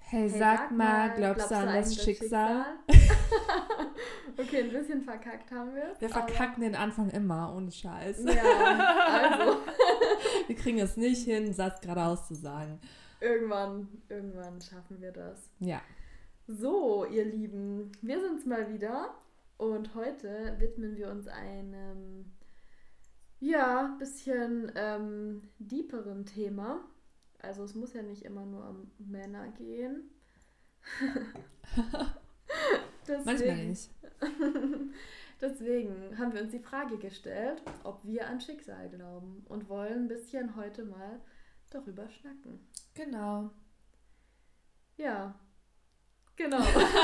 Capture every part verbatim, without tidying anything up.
Hey, Hey, sag sag mal, mal, glaubst glaubst du du an an das das Schicksal? Schicksal? Okay, ein bisschen verkackt haben wir es, Wir aber verkacken den Anfang immer, ohne Scheiß. ja, also Wir kriegen es nicht hin, einen Satz geradeaus zu sagen. irgendwann, irgendwann schaffen wir das. Ja, So, ihr Lieben, wir sind's mal wieder und heute widmen wir uns einem, ja, bisschen ähm, deeperen Thema. Also es muss ja nicht immer nur um Männer gehen. manchmal Deswegen, nicht. deswegen haben wir uns die Frage gestellt, ob wir an Schicksal glauben und wollen ein bisschen heute mal darüber schnacken. Genau. Ja, genau.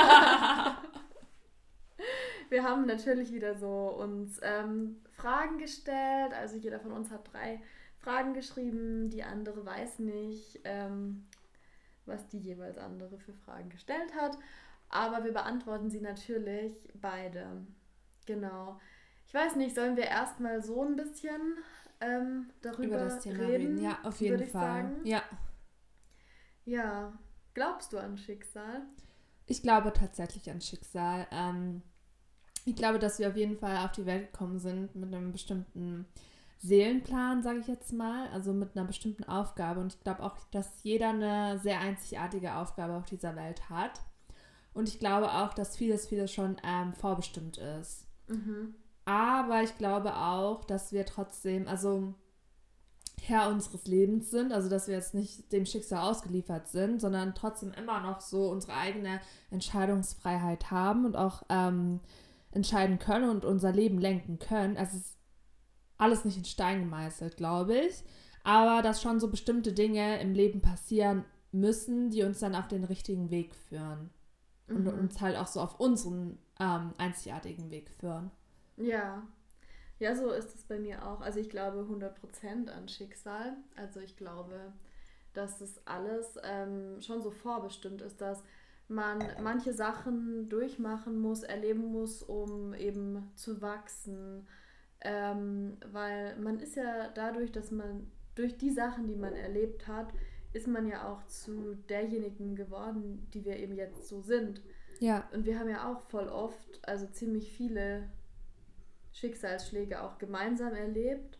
Wir haben natürlich wieder so uns ähm, Fragen gestellt. Also jeder von uns hat drei Fragen geschrieben. Die andere weiß nicht, ähm, was die jeweils andere für Fragen gestellt hat. Aber wir beantworten sie natürlich beide. Genau. Ich weiß nicht, sollen wir erstmal so ein bisschen ähm, Über das darüber Thema reden. reden, Ja, auf jeden würde ich Fall. sagen. Ja, Ja. Glaubst du an Schicksal? ich glaube tatsächlich an Schicksal. Ähm, ich glaube, dass wir auf jeden Fall auf die Welt gekommen sind mit einem bestimmten Seelenplan, sage ich jetzt mal, also mit einer bestimmten Aufgabe. Und ich glaube auch, dass jeder eine sehr einzigartige Aufgabe auf dieser Welt hat. Und ich glaube auch, dass vieles, vieles schon ähm, vorbestimmt ist. Mhm. Aber ich glaube auch, dass wir trotzdem, also Herr unseres Lebens sind, also dass wir jetzt nicht dem Schicksal ausgeliefert sind, sondern trotzdem immer noch so unsere eigene Entscheidungsfreiheit haben und auch ähm, entscheiden können und unser Leben lenken können. Also es ist alles nicht in Stein gemeißelt, glaube ich, aber dass schon so bestimmte Dinge im Leben passieren müssen, die uns dann auf den richtigen Weg führen und Mhm. uns halt auch so auf unseren ähm, einzigartigen Weg führen. Ja. Ja, so ist es bei mir auch. Also ich glaube hundert Prozent an Schicksal. Also ich glaube, dass es alles ähm, schon so vorbestimmt ist, dass man manche Sachen durchmachen muss, erleben muss, um eben zu wachsen. Ähm, weil man ist ja dadurch, dass man durch die Sachen, die man erlebt hat, ist man ja auch zu derjenigen geworden, die wir eben jetzt so sind. Ja, Und wir haben ja auch voll oft, also ziemlich viele Schicksalsschläge auch gemeinsam erlebt.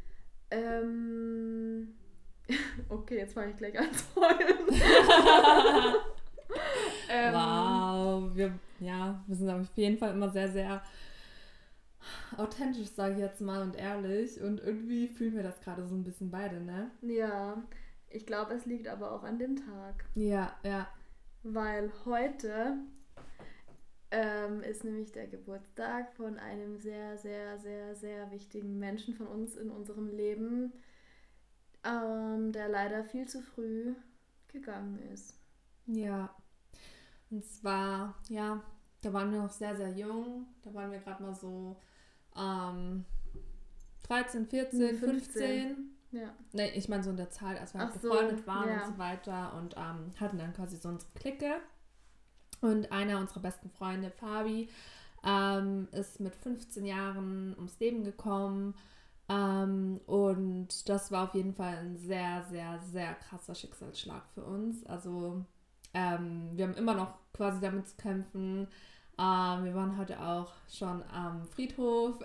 Ähm, okay, jetzt fange ich gleich an zu heulen. ähm, wow, wir, ja, wir sind auf jeden Fall immer sehr, sehr authentisch, sage ich jetzt mal, und ehrlich. Und irgendwie fühlen wir das gerade so ein bisschen beide, ne? ja, ich glaube, es liegt aber auch an dem Tag. Ja, ja. Weil heute ähm, ist nämlich der Geburtstag von einem sehr, sehr, sehr, sehr wichtigen Menschen von uns in unserem Leben, ähm, der leider viel zu früh gegangen ist. Ja. Und zwar, ja, da waren wir noch sehr, sehr jung. Da waren wir gerade mal so ähm, dreizehn, Nee, vierzehn, fünfzehn. fünfzehn. Ja. Ne, ich meine so in der Zeit, als wir Ach halt so, befreundet waren und ja. so weiter und ähm, hatten dann quasi so unsere Clique. Und einer unserer besten Freunde, Fabi, ähm, ist mit fünfzehn Jahren ums Leben gekommen. Ähm, und das war auf jeden Fall ein sehr, sehr, sehr krasser Schicksalsschlag für uns. Also ähm, wir haben immer noch quasi damit zu kämpfen. Ähm, wir waren heute auch schon am Friedhof.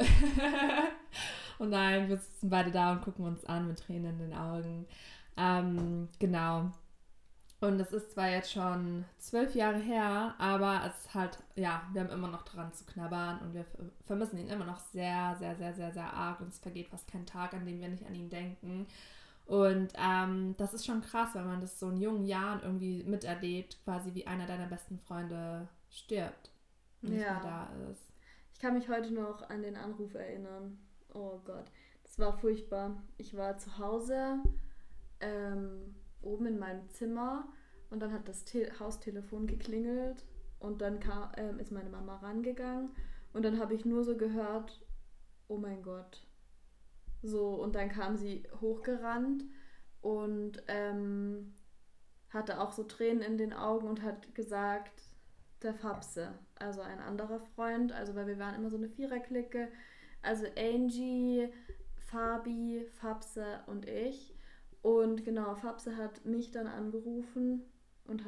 Und nein, wir sitzen beide da und gucken uns an mit Tränen in den Augen. Ähm, genau. Und es ist zwar jetzt schon zwölf Jahre her, aber es ist halt, ja, wir haben immer noch dran zu knabbern und wir vermissen ihn immer noch sehr, sehr, sehr, sehr, sehr arg und es vergeht fast kein Tag, an dem wir nicht an ihn denken. Und ähm, das ist schon krass, wenn man das so in jungen Jahren irgendwie miterlebt, quasi wie einer deiner besten Freunde stirbt und nicht mehr Ja. da ist. Ich kann mich heute noch an den Anruf erinnern. Oh Gott, das war furchtbar. Ich war zu Hause, ähm, oben in meinem Zimmer und dann hat das Te- Haustelefon geklingelt und dann kam, ähm, ist meine Mama rangegangen und dann habe ich nur so gehört, oh mein Gott. So, und dann kam sie hochgerannt und ähm, hatte auch so Tränen in den Augen und hat gesagt, der Fabse, also ein anderer Freund, also weil wir waren immer so eine Viererklicke, also Angie, Fabi, Fabse und ich. Und genau, Fabse hat mich dann angerufen und hat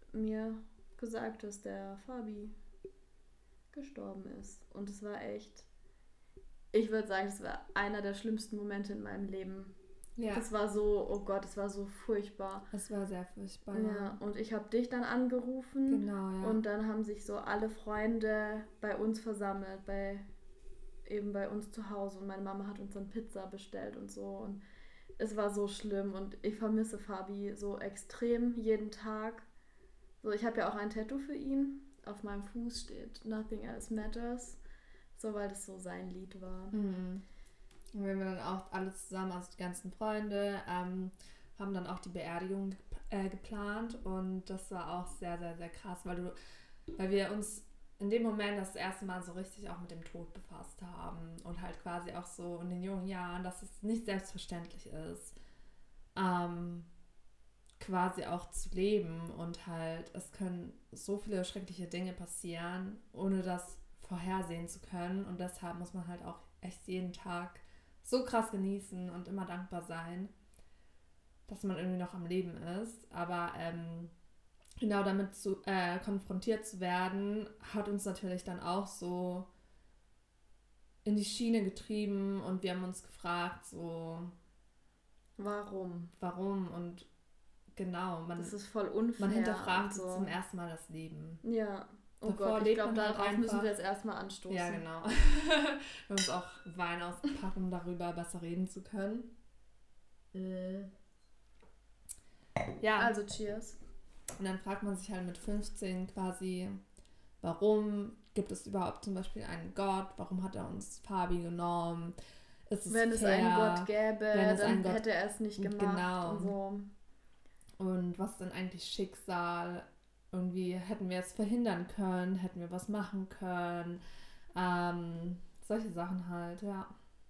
mir gesagt, dass der Fabi gestorben ist. Und es war echt, ich würde sagen, es war einer der schlimmsten Momente in meinem Leben. Ja. Das war so, oh Gott, es war so furchtbar. Es war sehr furchtbar. Ja, und ich habe dich dann angerufen. Genau, ja. Und dann haben sich so alle Freunde bei uns versammelt, bei eben bei uns zu Hause. Und meine Mama hat uns dann Pizza bestellt und so. Und es war so schlimm. Und ich vermisse Fabi so extrem jeden Tag. So, ich habe ja auch ein Tattoo für ihn. Auf meinem Fuß steht Nothing Else Matters. So, weil das so sein Lied war. Mhm. Und wir haben dann auch alle zusammen, also die ganzen Freunde, ähm, haben dann auch die Beerdigung äh, geplant. Und das war auch sehr, sehr, sehr krass, weil du, weil wir uns in dem Moment das erste Mal so richtig auch mit dem Tod befasst haben. Und halt quasi auch so in den jungen Jahren, dass es nicht selbstverständlich ist, ähm, quasi auch zu leben. Und halt, es können so viele schreckliche Dinge passieren, ohne das vorhersehen zu können. Und deshalb muss man halt auch echt jeden Tag so krass genießen und immer dankbar sein, dass man irgendwie noch am Leben ist. Aber ähm, genau damit zu, äh, konfrontiert zu werden, hat uns natürlich dann auch so in die Schiene getrieben und wir haben uns gefragt, so warum? Warum? Und genau, man, das ist voll unfair. Man hinterfragt so zum ersten Mal das Leben. Ja. Oh Davor Gott, ich glaube, darauf halt müssen wir jetzt erstmal anstoßen. Ja, genau. Wir haben uns auch Wein ausgepackt, um darüber besser reden zu können. Äh. Ja. Also, cheers. Und dann fragt man sich halt mit fünfzehn quasi, warum gibt es überhaupt zum Beispiel einen Gott? Warum hat er uns Fabi genommen? Ist es wenn fair? es einen Gott gäbe, dann Gott, hätte er es nicht gemacht. Genau. Und so. Und was ist denn eigentlich Schicksal? Irgendwie hätten wir es verhindern können, hätten wir was machen können. Ähm, solche Sachen halt, ja.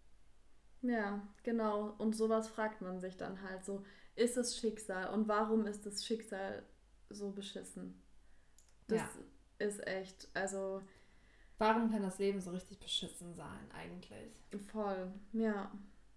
Ja, genau. Und sowas fragt man sich dann halt so, ist es Schicksal? Und warum ist das Schicksal so beschissen? Das ja. ist echt, also... Warum kann das Leben so richtig beschissen sein eigentlich? Voll, ja.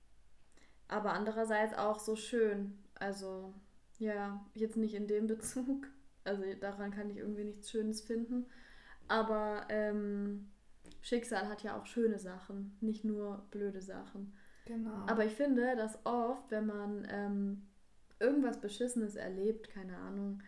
Aber andererseits auch so schön. Also, ja, jetzt nicht in dem Bezug. Also daran kann ich irgendwie nichts Schönes finden. Aber ähm, Schicksal hat ja auch schöne Sachen, nicht nur blöde Sachen. Genau. Aber ich finde, dass oft, wenn man ähm, irgendwas Beschissenes erlebt, keine Ahnung,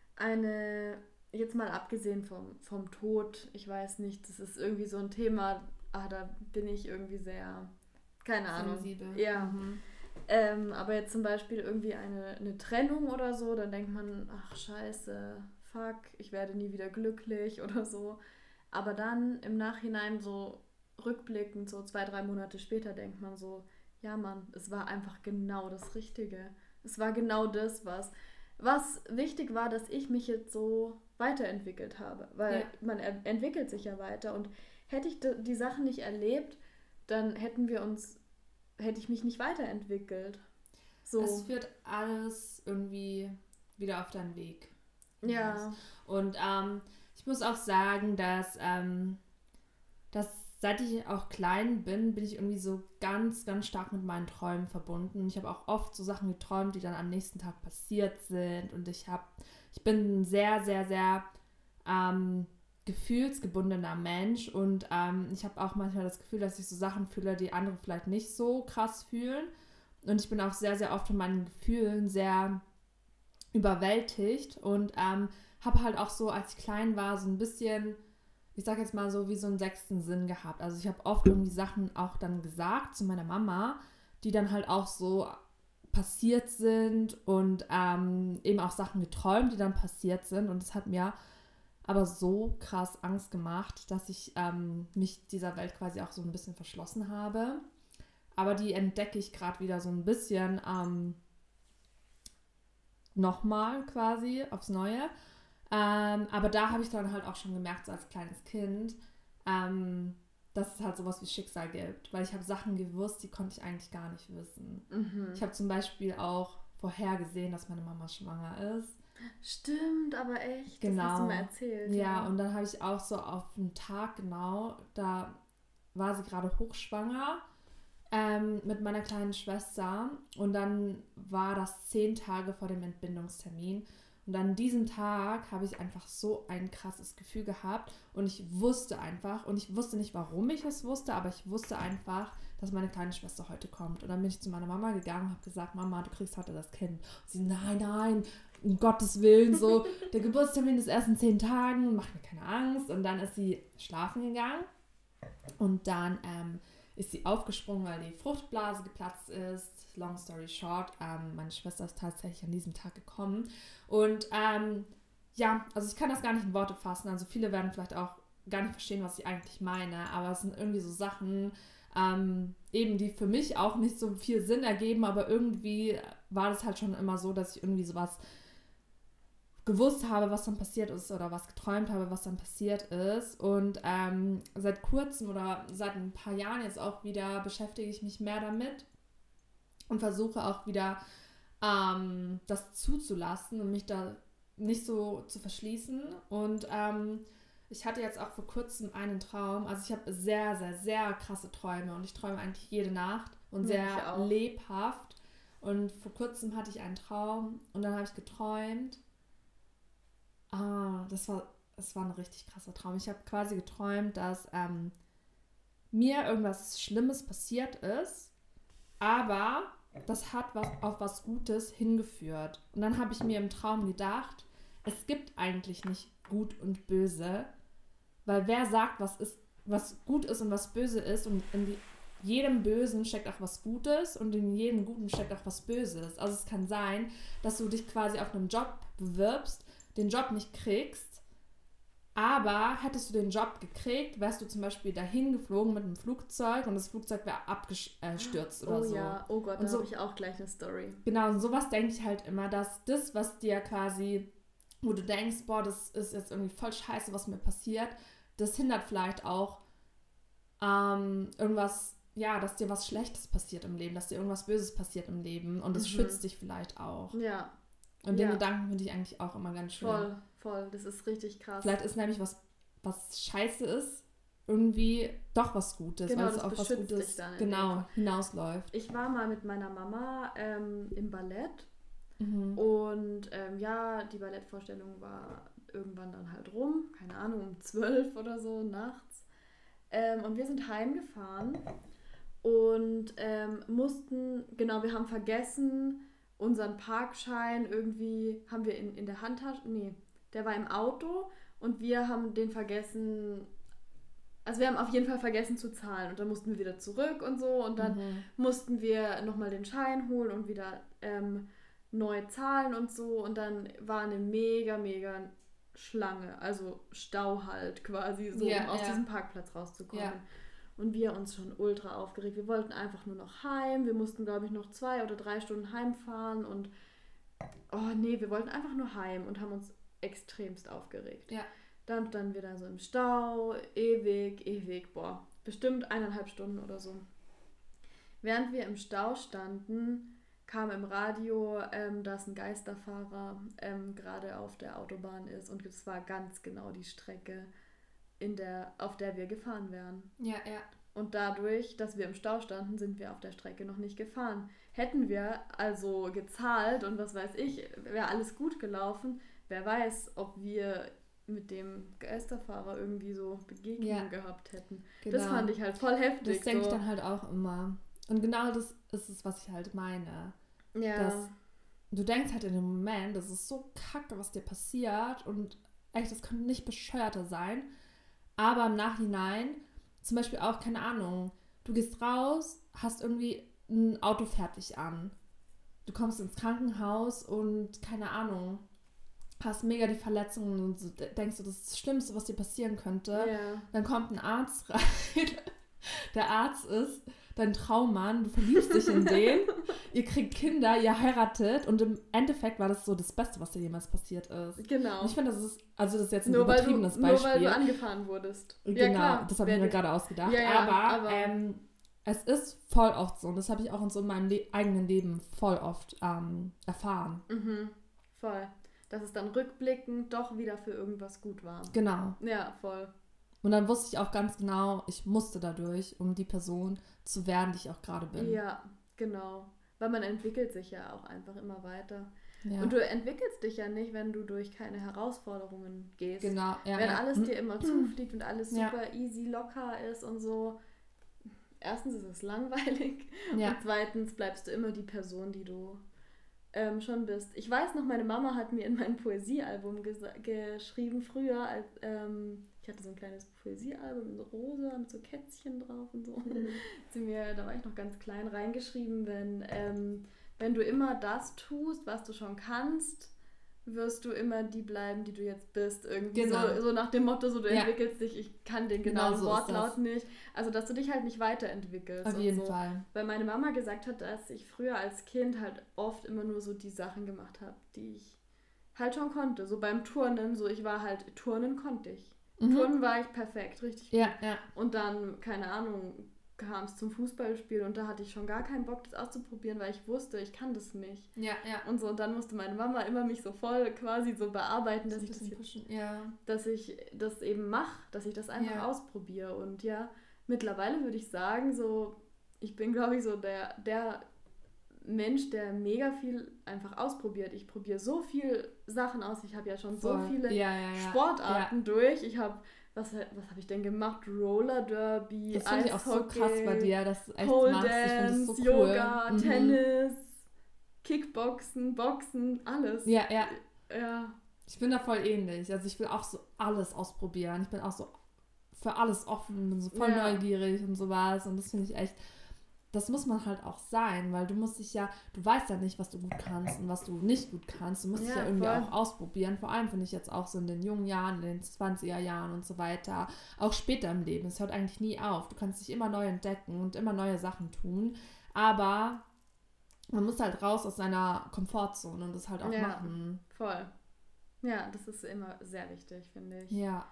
eine, jetzt mal abgesehen vom, vom Tod, ich weiß nicht, das ist irgendwie so ein Thema, ah, da bin ich irgendwie sehr, keine Ahnung. Sensibel. Ja. Mhm. Ähm, aber jetzt zum Beispiel irgendwie eine, eine Trennung oder so, dann denkt man, ach scheiße, fuck, ich werde nie wieder glücklich oder so. Aber dann im Nachhinein so rückblickend, so zwei, drei Monate später, denkt man so, ja Mann, es war einfach genau das Richtige. Es war genau das, was, was wichtig war, dass ich mich jetzt so weiterentwickelt habe. Weil ja. man er- entwickelt sich ja weiter. Und hätte ich d- die Sachen nicht erlebt, dann hätten wir uns hätte ich mich nicht weiterentwickelt. So. Es führt alles irgendwie wieder auf deinen Weg. Ja. Und ähm, ich muss auch sagen, dass, ähm, dass seit ich auch klein bin, bin ich irgendwie so ganz, ganz stark mit meinen Träumen verbunden. Ich habe auch oft so Sachen geträumt, die dann am nächsten Tag passiert sind. Und ich habe, ich bin ein sehr, sehr, sehr ähm, gefühlsgebundener Mensch und ähm, ich habe auch manchmal das Gefühl, dass ich so Sachen fühle, die andere vielleicht nicht so krass fühlen und ich bin auch sehr, sehr oft von meinen Gefühlen sehr überwältigt und ähm, habe halt auch so, als ich klein war, so ein bisschen, ich sag jetzt mal so, wie so einen sechsten Sinn gehabt. Also ich habe oft irgendwie Sachen auch dann gesagt zu meiner Mama, die dann halt auch so passiert sind und ähm, eben auch Sachen geträumt, die dann passiert sind und das hat mir aber so krass Angst gemacht, dass ich ähm, mich dieser Welt quasi auch so ein bisschen verschlossen habe. Aber die entdecke ich gerade wieder so ein bisschen ähm, nochmal quasi aufs Neue. Ähm, aber da habe ich dann halt auch schon gemerkt, so als kleines Kind, ähm, dass es halt sowas wie Schicksal gibt. Weil ich habe Sachen gewusst, die konnte ich eigentlich gar nicht wissen. Mhm. Ich habe zum Beispiel auch vorhergesehen, dass meine Mama schwanger ist. Stimmt, aber echt. Genau. Das hast du mir erzählt. Ja, ja. Und dann habe ich auch so auf einen Tag genau, da war sie gerade hochschwanger ähm, mit meiner kleinen Schwester und dann war das zehn Tage vor dem Entbindungstermin Und an diesem Tag habe ich einfach so ein krasses Gefühl gehabt und ich wusste einfach, und ich wusste nicht, warum ich es wusste, aber ich wusste einfach, dass meine kleine Schwester heute kommt. Und dann bin ich zu meiner Mama gegangen und habe gesagt, Mama, du kriegst heute das Kind. Und sie, nein, nein, um Gottes Willen, so, der Geburtstermin ist erst in zehn Tagen, macht mir keine Angst. Und dann ist sie schlafen gegangen und dann ähm, ist sie aufgesprungen, weil die Fruchtblase geplatzt ist. Long story short, ähm, meine Schwester ist tatsächlich an diesem Tag gekommen. Und ähm, ja, also ich kann das gar nicht in Worte fassen. Also viele werden vielleicht auch gar nicht verstehen, was ich eigentlich meine. Aber es sind irgendwie so Sachen, ähm, eben die für mich auch nicht so viel Sinn ergeben. Aber irgendwie war das halt schon immer so, dass ich irgendwie sowas gewusst habe, was dann passiert ist oder was geträumt habe, was dann passiert ist. Und ähm, seit kurzem oder seit ein paar Jahren jetzt auch wieder beschäftige ich mich mehr damit und versuche auch wieder ähm, das zuzulassen und mich da nicht so zu verschließen. Und ähm, ich hatte jetzt auch vor kurzem einen Traum. Also ich habe sehr, sehr, sehr krasse Träume und ich träume eigentlich jede Nacht und sehr Ja, lebhaft. Und vor kurzem hatte ich einen Traum und dann habe ich geträumt. Ah, das war, das war ein richtig krasser Traum. Ich habe quasi geträumt, dass ähm, mir irgendwas Schlimmes passiert ist, aber das hat was auf was Gutes hingeführt. Und dann habe ich mir im Traum gedacht, es gibt eigentlich nicht gut und böse, weil wer sagt, was ist, was gut ist und was böse ist, und in die, jedem Bösen steckt auch was Gutes und in jedem Guten steckt auch was Böses. Also es kann sein, dass du dich quasi auf einen Job bewirbst, den Job nicht kriegst, aber hättest du den Job gekriegt, wärst du zum Beispiel dahin geflogen mit einem Flugzeug und das Flugzeug wäre abgestürzt oder oh so. ja, oh Gott, und da so, habe ich auch gleich eine Story. Genau, und sowas denke ich halt immer, dass das, was dir quasi, wo du denkst, boah, das ist jetzt irgendwie voll scheiße, was mir passiert, das hindert vielleicht auch ähm, irgendwas, ja, dass dir was Schlechtes passiert im Leben, dass dir irgendwas Böses passiert im Leben und das Mhm. schützt dich vielleicht auch. Ja. Und den Ja. Gedanken finde ich eigentlich auch immer ganz schön. Voll, voll, das ist richtig krass. Vielleicht ist nämlich was, was scheiße ist, irgendwie doch was Gutes, Genau, weil es das auf was beschützt Gutes dich dann in genau dem Fall. hinausläuft. Ich war mal mit meiner Mama ähm, im Ballett Mhm. und ähm, ja, die Ballettvorstellung war irgendwann dann halt rum, keine Ahnung, um zwölf oder so nachts. Ähm, und wir sind heimgefahren und ähm, mussten, genau, wir haben vergessen, unseren Parkschein irgendwie, haben wir in, in der Handtasche, nee, der war im Auto und wir haben den vergessen, also wir haben auf jeden Fall vergessen zu zahlen und dann mussten wir wieder zurück und so und dann Mhm. mussten wir nochmal den Schein holen und wieder ähm, neu zahlen und so und dann war eine mega, mega Schlange, also Stau halt quasi, so Ja, um aus ja. diesem Parkplatz rauszukommen. Ja. Und wir uns schon ultra aufgeregt. Wir wollten einfach nur noch heim. Wir mussten, glaube ich, noch zwei oder drei Stunden heimfahren und oh nee, wir wollten einfach nur heim und haben uns extremst aufgeregt. Ja. Dann standen wir da so im Stau, ewig, ewig, boah, bestimmt eineinhalb Stunden oder so. Während wir im Stau standen, kam im Radio, ähm, dass ein Geisterfahrer ähm, gerade auf der Autobahn ist und es war ganz genau die Strecke, in der, auf der wir gefahren wären. Ja, ja. Und dadurch, dass wir im Stau standen, sind wir auf der Strecke noch nicht gefahren. Hätten wir also gezahlt und was weiß ich, wäre alles gut gelaufen, wer weiß, ob wir mit dem Geisterfahrer irgendwie so Begegnungen Ja. gehabt hätten. Genau. Das fand ich halt voll heftig. Das denke so. ich dann halt auch immer. Und genau das ist es, was ich halt meine. Ja. Dass du denkst halt in dem Moment, das ist so kacke, was dir passiert und echt, das könnte nicht bescheuerter sein. Aber im Nachhinein, zum Beispiel auch, keine Ahnung, du gehst raus, hast irgendwie ein Auto fertig an. Du kommst ins Krankenhaus und, keine Ahnung, hast mega die Verletzungen und so, denkst du, das ist das Schlimmste, was dir passieren könnte. Ja. Dann kommt ein Arzt rein. Der Arzt ist dein Traummann, du verliebst dich in den, ihr kriegt Kinder, ihr heiratet und im Endeffekt war das so das Beste, was dir jemals passiert ist. Genau. Und ich finde, das ist, also das ist jetzt ein Nur weil, du, übertriebenes nur Beispiel. weil du angefahren wurdest. Genau, Ja, klar. das habe ich Wer mir die- gerade ausgedacht. Ja, ja, aber aber- ähm, es ist voll oft so und das habe ich auch in so meinem Le- eigenen Leben voll oft ähm, erfahren. Mhm. Voll. Dass es dann rückblickend doch wieder für irgendwas gut war. Genau. Ja, voll. Und dann wusste ich auch ganz genau, ich musste dadurch, um die Person zu werden, die ich auch gerade bin. Ja, genau. Weil man entwickelt sich ja auch einfach immer weiter. Ja. Und du entwickelst dich ja nicht, wenn du durch keine Herausforderungen gehst. Genau, ja. Wenn ja. alles dir immer zufliegt und alles Ja. super easy, locker ist und so. Erstens ist es langweilig Ja. und zweitens bleibst du immer die Person, die du ähm, schon bist. Ich weiß noch, meine Mama hat mir in mein Poesiealbum gesa- geschrieben früher, als ähm, ich hatte so ein kleines Poesiealbum in so rosa mit so Kätzchen drauf und so. Mhm. Sie mir, da war ich noch ganz klein, reingeschrieben, wenn, ähm, wenn du immer das tust, was du schon kannst, wirst du immer die bleiben, die du jetzt bist. Irgendwie Genau. so, so nach dem Motto, so du Ja. entwickelst dich, ich kann den Genau genauen so ist Wortlaut das. nicht. Also, dass du dich halt nicht weiterentwickelst. Auf und jeden so. Fall. Weil meine Mama gesagt hat, dass ich früher als Kind halt oft immer nur so die Sachen gemacht habe, die ich halt schon konnte. So beim Turnen, so ich war halt, Turnen konnte ich. Mhm. Turnen war ich perfekt, richtig Ja, gut. ja. Und dann, keine Ahnung, kam es zum Fußballspiel und da hatte ich schon gar keinen Bock, das auszuprobieren, weil ich wusste, ich kann das nicht. Ja, ja. Und so, und dann musste meine Mama immer mich so voll quasi so bearbeiten, dass So ich ein das bisschen jetzt, pushen. Ja. dass ich das eben mache, dass ich das einfach Ja. ausprobiere. Und ja, mittlerweile würde ich sagen, so, ich bin, glaube ich, so der, der Mensch, der mega viel einfach ausprobiert. Ich probiere so viel Sachen aus. Ich habe ja schon Voll. so viele Ja, ja, ja. Sportarten durch. Ich habe, was, was habe ich denn gemacht? Roller Derby, Das finde ich auch so krass bei dir, dass du echt Pole machst. Ich finde das so Dance, cool. Yoga, Mhm. Tennis, Kickboxen, Boxen, alles. Ja, ja. Ja, Ich bin da voll ähnlich. Also ich will auch so alles ausprobieren. Ich bin auch so für alles offen, bin so voll Ja. neugierig und sowas. Und das finde ich echt, das muss man halt auch sein, weil du musst dich ja, du weißt ja nicht, was du gut kannst und was du nicht gut kannst. Du musst dich Ja, ja irgendwie voll. auch ausprobieren. Vor allem finde ich jetzt auch so in den jungen Jahren, in den zwanziger Jahren und so weiter. Auch später im Leben. Es hört eigentlich nie auf. Du kannst dich immer neu entdecken und immer neue Sachen tun. Aber man muss halt raus aus seiner Komfortzone und das halt auch Ja. machen. voll. Ja, das ist immer sehr wichtig, finde ich. Ja,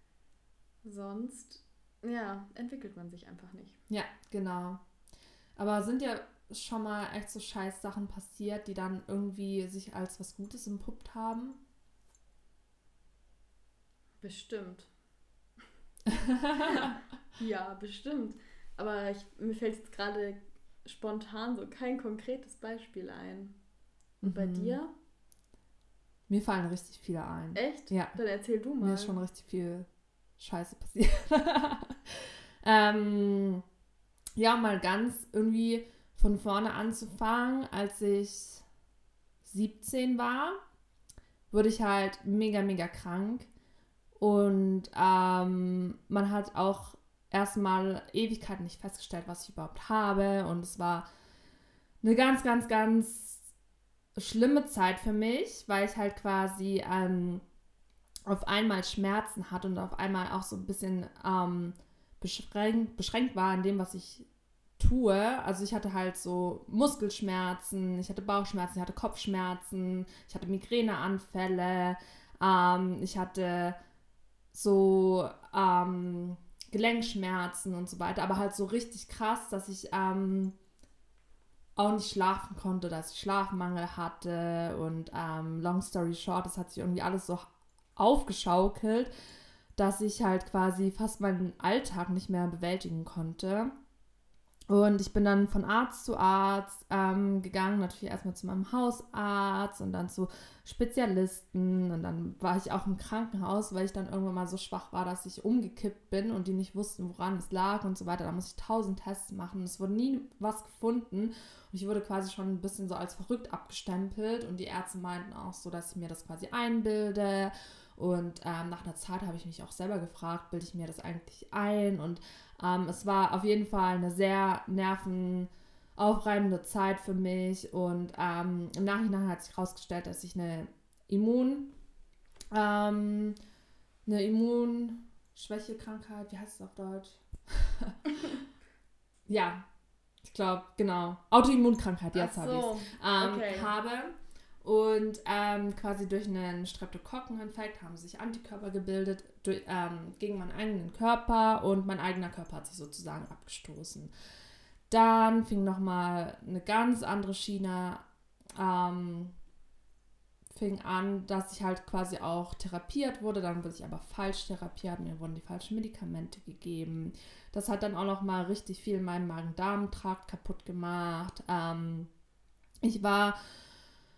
Sonst, ja, entwickelt man sich einfach nicht. ja, genau. Aber sind ja schon mal echt so scheiß Sachen passiert, die dann irgendwie sich als was Gutes entpuppt haben? Bestimmt. Ja, bestimmt. Aber ich, mir fällt jetzt gerade spontan so kein konkretes Beispiel ein. Und bei Mhm. dir? Mir fallen richtig viele ein. Echt? Ja, Dann erzähl du mal. mir ist schon richtig viel Scheiße passiert. ähm, ja, mal ganz irgendwie von vorne anzufangen, als ich siebzehn war, wurde ich halt mega, mega krank. Und ähm, man hat auch erstmal Ewigkeiten nicht festgestellt, was ich überhaupt habe. Und es war eine ganz, ganz, ganz schlimme Zeit für mich, weil ich halt quasi ähm, auf einmal Schmerzen hatte und auf einmal auch so ein bisschen ähm, beschränkt, beschränkt war in dem, was ich tue. Also ich hatte halt so Muskelschmerzen, ich hatte Bauchschmerzen, ich hatte Kopfschmerzen, ich hatte Migräneanfälle, ähm, ich hatte so ähm, Gelenkschmerzen und so weiter, aber halt so richtig krass, dass ich ähm, auch nicht schlafen konnte, dass ich Schlafmangel hatte und ähm, long story short, das hat sich irgendwie alles so aufgeschaukelt, dass ich halt quasi fast meinen Alltag nicht mehr bewältigen konnte. Und ich bin dann von Arzt zu Arzt ähm, gegangen, natürlich erstmal zu meinem Hausarzt und dann zu Spezialisten. Und dann war ich auch im Krankenhaus, weil ich dann irgendwann mal so schwach war, dass ich umgekippt bin und die nicht wussten, woran es lag und so weiter. Da musste ich tausend Tests machen. Es wurde nie was gefunden. Und ich wurde quasi schon ein bisschen so als verrückt abgestempelt. Und die Ärzte meinten auch so, dass ich mir das quasi einbilde. Und ähm, nach einer Zeit habe ich mich auch selber gefragt, bilde ich mir das eigentlich ein? Und ähm, es war auf jeden Fall eine sehr nervenaufreibende Zeit für mich. Und ähm, im Nachhinein hat sich herausgestellt, dass ich eine Immun, ähm, eine Immunschwächekrankheit, wie heißt es auf Deutsch? Ja, ich glaube, genau. Autoimmunkrankheit, jetzt Ach habe ich es. so, Ähm, okay. habe. Und ähm, quasi durch einen Streptokokkeninfekt haben sich Antikörper gebildet durch, ähm, gegen meinen eigenen Körper und mein eigener Körper hat sich sozusagen abgestoßen. Dann fing nochmal eine ganz andere Schiene, ähm, fing an, dass ich halt quasi auch therapiert wurde. Dann wurde ich aber falsch therapiert, mir wurden die falschen Medikamente gegeben. Das hat dann auch nochmal richtig viel in meinem Magen-Darm-Trakt kaputt gemacht. Ähm, ich war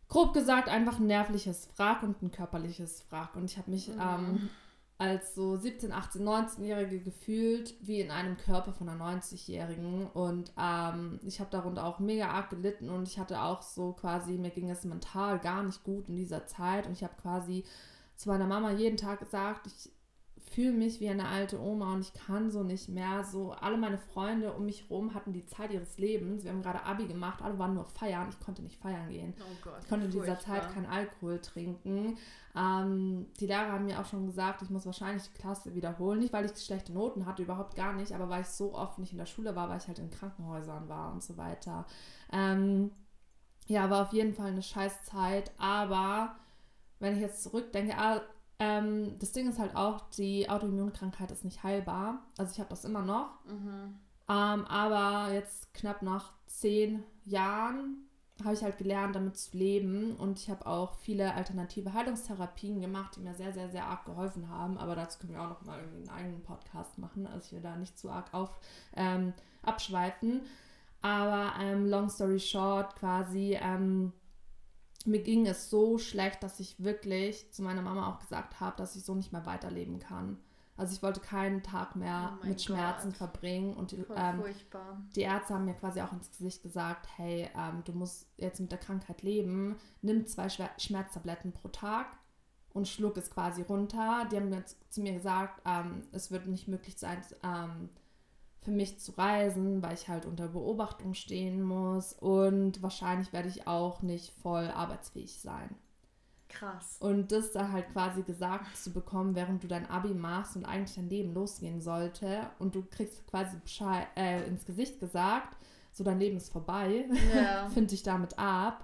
grob gesagt einfach ein nervliches Wrack und ein körperliches Wrack. Und ich habe mich mhm. ähm, als so siebzehn-, achtzehn-, neunzehnjährige gefühlt wie in einem Körper von einer neunzigjährigen. Und ähm, ich habe darunter auch mega arg gelitten und ich hatte auch so quasi, mir ging es mental gar nicht gut in dieser Zeit. Und ich habe quasi zu meiner Mama jeden Tag gesagt, ich fühle mich wie eine alte Oma und ich kann so nicht mehr. So, alle meine Freunde um mich herum hatten die Zeit ihres Lebens. Wir haben gerade Abi gemacht, alle waren nur feiern. Ich konnte nicht feiern gehen. Oh Gott, ich konnte in dieser Zeit keinen Alkohol trinken. Ähm, die Lehrer haben mir auch schon gesagt, ich muss wahrscheinlich die Klasse wiederholen. Nicht, weil ich schlechte Noten hatte, überhaupt gar nicht, aber weil ich so oft nicht in der Schule war, weil ich halt in Krankenhäusern war und so weiter. Ähm, ja, war auf jeden Fall eine scheiß Zeit, aber wenn ich jetzt zurückdenke, ah, Ähm, das Ding ist halt auch, die Autoimmunkrankheit ist nicht heilbar. Also ich habe das immer noch. Mhm. Ähm, aber jetzt knapp nach zehn Jahren habe ich halt gelernt, damit zu leben. Und ich habe auch viele alternative Heilungstherapien gemacht, die mir sehr, sehr, sehr arg geholfen haben. Aber dazu können wir auch noch mal irgendwie einen eigenen Podcast machen. Also ich will da nicht zu arg auf, ähm, abschweifen. Aber ähm, long story short quasi... Ähm, mir ging es so schlecht, dass ich wirklich zu meiner Mama auch gesagt habe, dass ich so nicht mehr weiterleben kann. Also ich wollte keinen Tag mehr oh mit Schmerzen Gott. verbringen. Und die, Voll ähm, furchtbar. die Ärzte haben mir quasi auch ins Gesicht gesagt, hey, ähm, du musst jetzt mit der Krankheit leben, nimm zwei Schmerztabletten pro Tag und schluck es quasi runter. Die haben jetzt zu mir gesagt, ähm, es wird nicht möglich sein, ähm, für mich zu reisen, weil ich halt unter Beobachtung stehen muss und wahrscheinlich werde ich auch nicht voll arbeitsfähig sein. Krass. Und das da halt quasi gesagt zu bekommen, während du dein Abi machst und eigentlich dein Leben losgehen sollte und du kriegst quasi Bescheid, äh, ins Gesicht gesagt, so dein Leben ist vorbei, ja. find dich damit ab,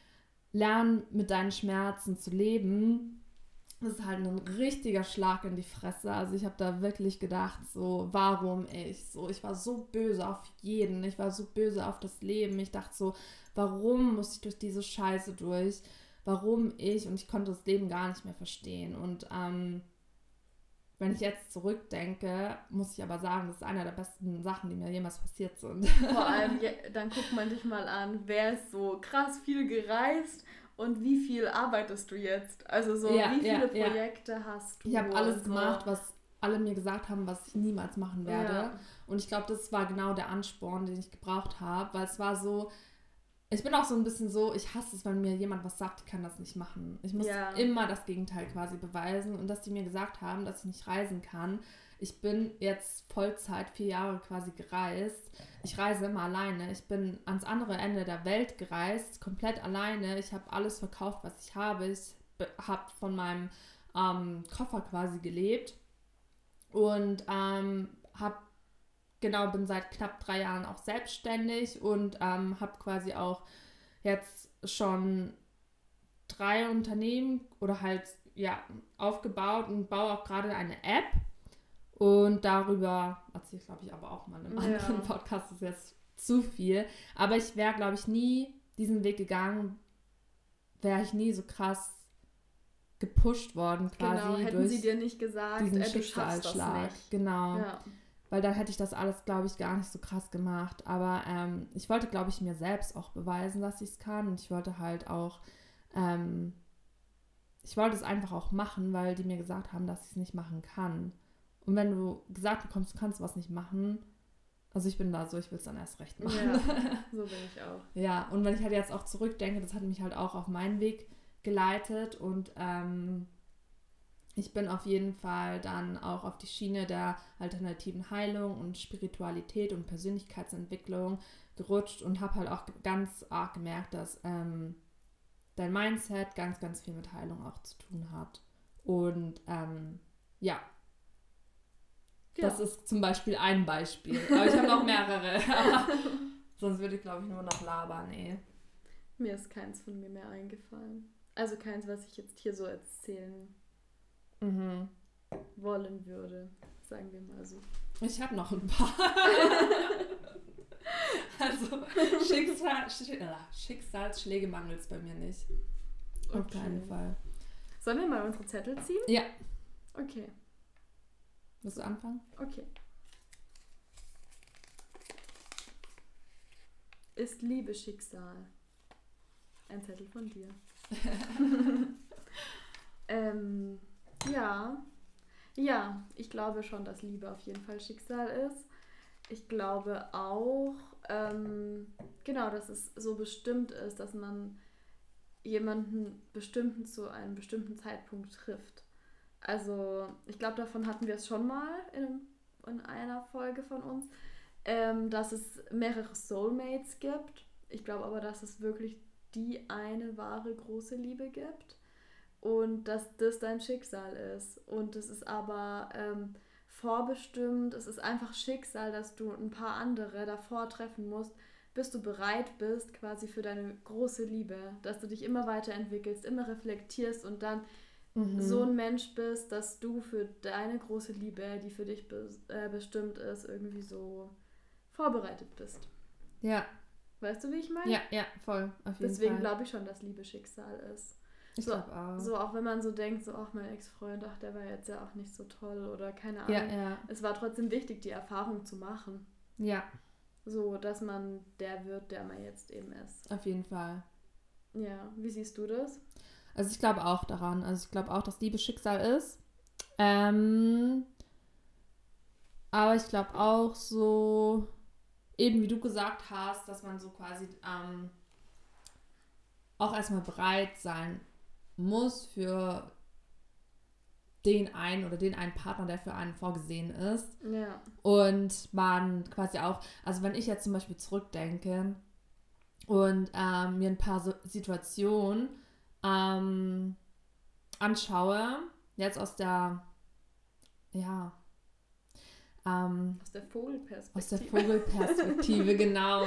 lern mit deinen Schmerzen zu leben. Das ist halt ein richtiger Schlag in die Fresse. Also ich habe da wirklich gedacht, so, warum ich? So, ich war so böse auf jeden. Ich war so böse auf das Leben. Ich dachte so, warum muss ich durch diese Scheiße durch? Warum ich? Und ich konnte das Leben gar nicht mehr verstehen. Und ähm, wenn ich jetzt zurückdenke, muss ich aber sagen, das ist einer der besten Sachen, die mir jemals passiert sind. Vor allem, dann guckt man dich mal an, wer ist so krass viel gereist und wie viel arbeitest du jetzt? Also so, ja, wie viele ja, Projekte ja. hast du? Ich habe alles so. gemacht, was alle mir gesagt haben, was ich niemals machen werde. Ja. Und ich glaube, das war genau der Ansporn, den ich gebraucht habe, weil es war so, ich bin auch so ein bisschen so, ich hasse es, wenn mir jemand was sagt, ich kann das nicht machen. Ich muss ja. immer das Gegenteil quasi beweisen und dass die mir gesagt haben, dass ich nicht reisen kann. Ich bin jetzt Vollzeit vier Jahre quasi gereist. Ich reise immer alleine. Ich bin ans andere Ende der Welt gereist, komplett alleine. Ich habe alles verkauft, was ich habe. Ich habe von meinem ähm, Koffer quasi gelebt und ähm, habe genau, bin seit knapp drei Jahren auch selbstständig und ähm, habe quasi auch jetzt schon drei Unternehmen oder halt ja aufgebaut und baue auch gerade eine App. Und darüber erzähle ich, glaube ich, aber auch mal in einem ja. anderen Podcast, das ist jetzt zu viel. Aber ich wäre, glaube ich, nie diesen Weg gegangen, wäre ich nie so krass gepusht worden quasi. Genau, hätten durch sie dir nicht gesagt, diesen äh, du schaffst das Schicksalsschlag. nicht. Genau. Ja. Weil dann hätte ich das alles, glaube ich, gar nicht so krass gemacht. Aber ähm, ich wollte, glaube ich, mir selbst auch beweisen, dass ich es kann. Und ich wollte halt auch, ähm, ich wollte es einfach auch machen, weil die mir gesagt haben, dass ich es nicht machen kann. Und wenn du gesagt bekommst, du kannst was nicht machen, also ich bin da so, ich will es dann erst recht machen. Ja, so bin ich auch. Ja, und wenn ich halt jetzt auch zurückdenke, das hat mich halt auch auf meinen Weg geleitet und ähm, ich bin auf jeden Fall dann auch auf die Schiene der alternativen Heilung und Spiritualität und Persönlichkeitsentwicklung gerutscht und habe halt auch ganz arg gemerkt, dass ähm, dein Mindset ganz, ganz viel mit Heilung auch zu tun hat. Und ähm, ja, ja, das ist zum Beispiel ein Beispiel. Aber ich habe noch mehrere. Sonst würde ich, glaube ich, nur noch labern, ey. Mir ist keins von mir mehr eingefallen. Also keins, was ich jetzt hier so erzählen mhm. wollen würde, sagen wir mal so. Ich habe noch ein paar. Also Schicksal, Schicksalsschläge mangelt es bei mir nicht. Auf okay. keinen Fall. Sollen wir mal unsere Zettel ziehen? Ja. Okay. Willst du anfangen? Okay. Ist Liebe Schicksal? Ein Zettel von dir. ähm, ja. Ja, ich glaube schon, dass Liebe auf jeden Fall Schicksal ist. Ich glaube auch, ähm, genau, dass es so bestimmt ist, dass man jemanden bestimmten zu einem bestimmten Zeitpunkt trifft. Also, ich glaube, davon hatten wir es schon mal in, in einer Folge von uns, ähm, dass es mehrere Soulmates gibt. Ich glaube aber, dass es wirklich die eine wahre große Liebe gibt und dass das dein Schicksal ist. Und es ist aber ähm, vorbestimmt, es ist einfach Schicksal, dass du ein paar andere davor treffen musst, bis du bereit bist quasi für deine große Liebe, dass du dich immer weiterentwickelst, immer reflektierst und dann mhm. so ein Mensch bist, dass du für deine große Liebe, die für dich be- äh, bestimmt ist, irgendwie so vorbereitet bist. Ja. Weißt du, wie ich meine? Ja, ja, voll, auf jeden Deswegen Fall. glaube ich schon, dass Liebe Schicksal ist. Ich so, glaube auch. So auch wenn man so denkt, so, ach, mein Ex-Freund, ach, der war jetzt ja auch nicht so toll oder keine Ahnung. Ja, ja. Es war trotzdem wichtig, die Erfahrung zu machen. Ja. So, dass man der wird, der man jetzt eben ist. Auf jeden Fall. Ja, wie siehst du das? Also ich glaube auch daran. Also ich glaube auch, dass Liebe Schicksal ist. Ähm, aber ich glaube auch so, eben wie du gesagt hast, dass man so quasi ähm, auch erstmal bereit sein muss für den einen oder den einen Partner, der für einen vorgesehen ist. Ja. Und man quasi auch, also wenn ich jetzt zum Beispiel zurückdenke und ähm, mir ein paar so Situationen ähm, anschaue, jetzt aus der, ja, ähm, aus der Vogelperspektive. Aus der Vogelperspektive, genau.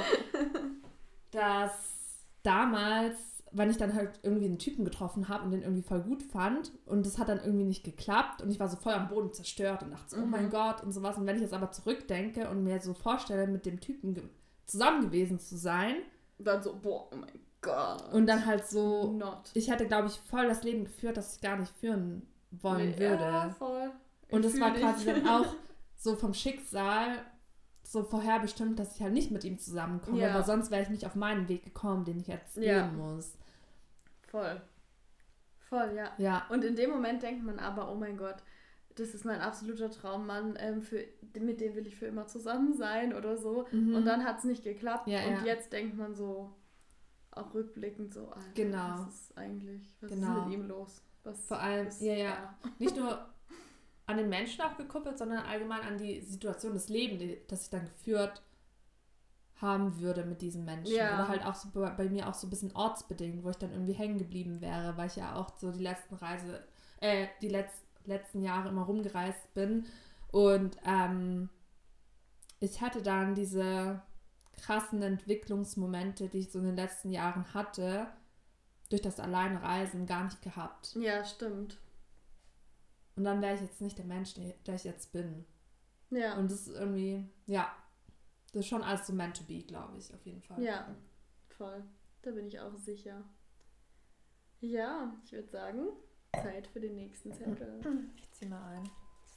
Dass damals, wenn ich dann halt irgendwie einen Typen getroffen habe und den irgendwie voll gut fand und das hat dann irgendwie nicht geklappt und ich war so voll am Boden zerstört und dachte so, mhm. oh mein Gott und sowas. Und wenn ich jetzt aber zurückdenke und mir so vorstelle, mit dem Typen ge- zusammen gewesen zu sein. Dann so, boah, oh mein Gott. Und dann halt so, Not. ich hätte, glaube ich, voll das Leben geführt, das ich gar nicht führen wollen nee, würde. Ja, voll. Ich und es war dich. quasi dann auch so vom Schicksal so vorherbestimmt, dass ich halt nicht mit ihm zusammenkomme, ja. weil sonst wäre ich nicht auf meinen Weg gekommen, den ich jetzt ja. gehen muss. Voll. Voll, ja. ja. Und in dem Moment denkt man aber, oh mein Gott, das ist mein absoluter Traummann, ähm, für, mit dem will ich für immer zusammen sein oder so. Mhm. Und dann hat es nicht geklappt. Ja, und ja. jetzt denkt man so, auch rückblickend so, Alter, genau. was ist eigentlich, was genau. ist mit ihm los? Was Vor allem, ist, ja, ja, nicht nur an den Menschen auch gekoppelt, sondern allgemein an die Situation des Lebens, das ich dann geführt haben würde mit diesen Menschen. Ja. Oder halt auch so bei, bei mir auch so ein bisschen ortsbedingt, wo ich dann irgendwie hängen geblieben wäre, weil ich ja auch so die letzten Reise, äh, die Letz-, letzten Jahre immer rumgereist bin. Und ähm, ich hatte dann diese krassen Entwicklungsmomente, die ich so in den letzten Jahren hatte, durch das Alleinreisen gar nicht gehabt. Ja, stimmt. Und dann wäre ich jetzt nicht der Mensch, der ich jetzt bin. Ja. Und das ist irgendwie, ja, das ist schon alles so meant to be, glaube ich, auf jeden Fall. Ja, voll. Da bin ich auch sicher. Ja, ich würde sagen, Zeit für den nächsten Zettel. Ich ziehe mal ein.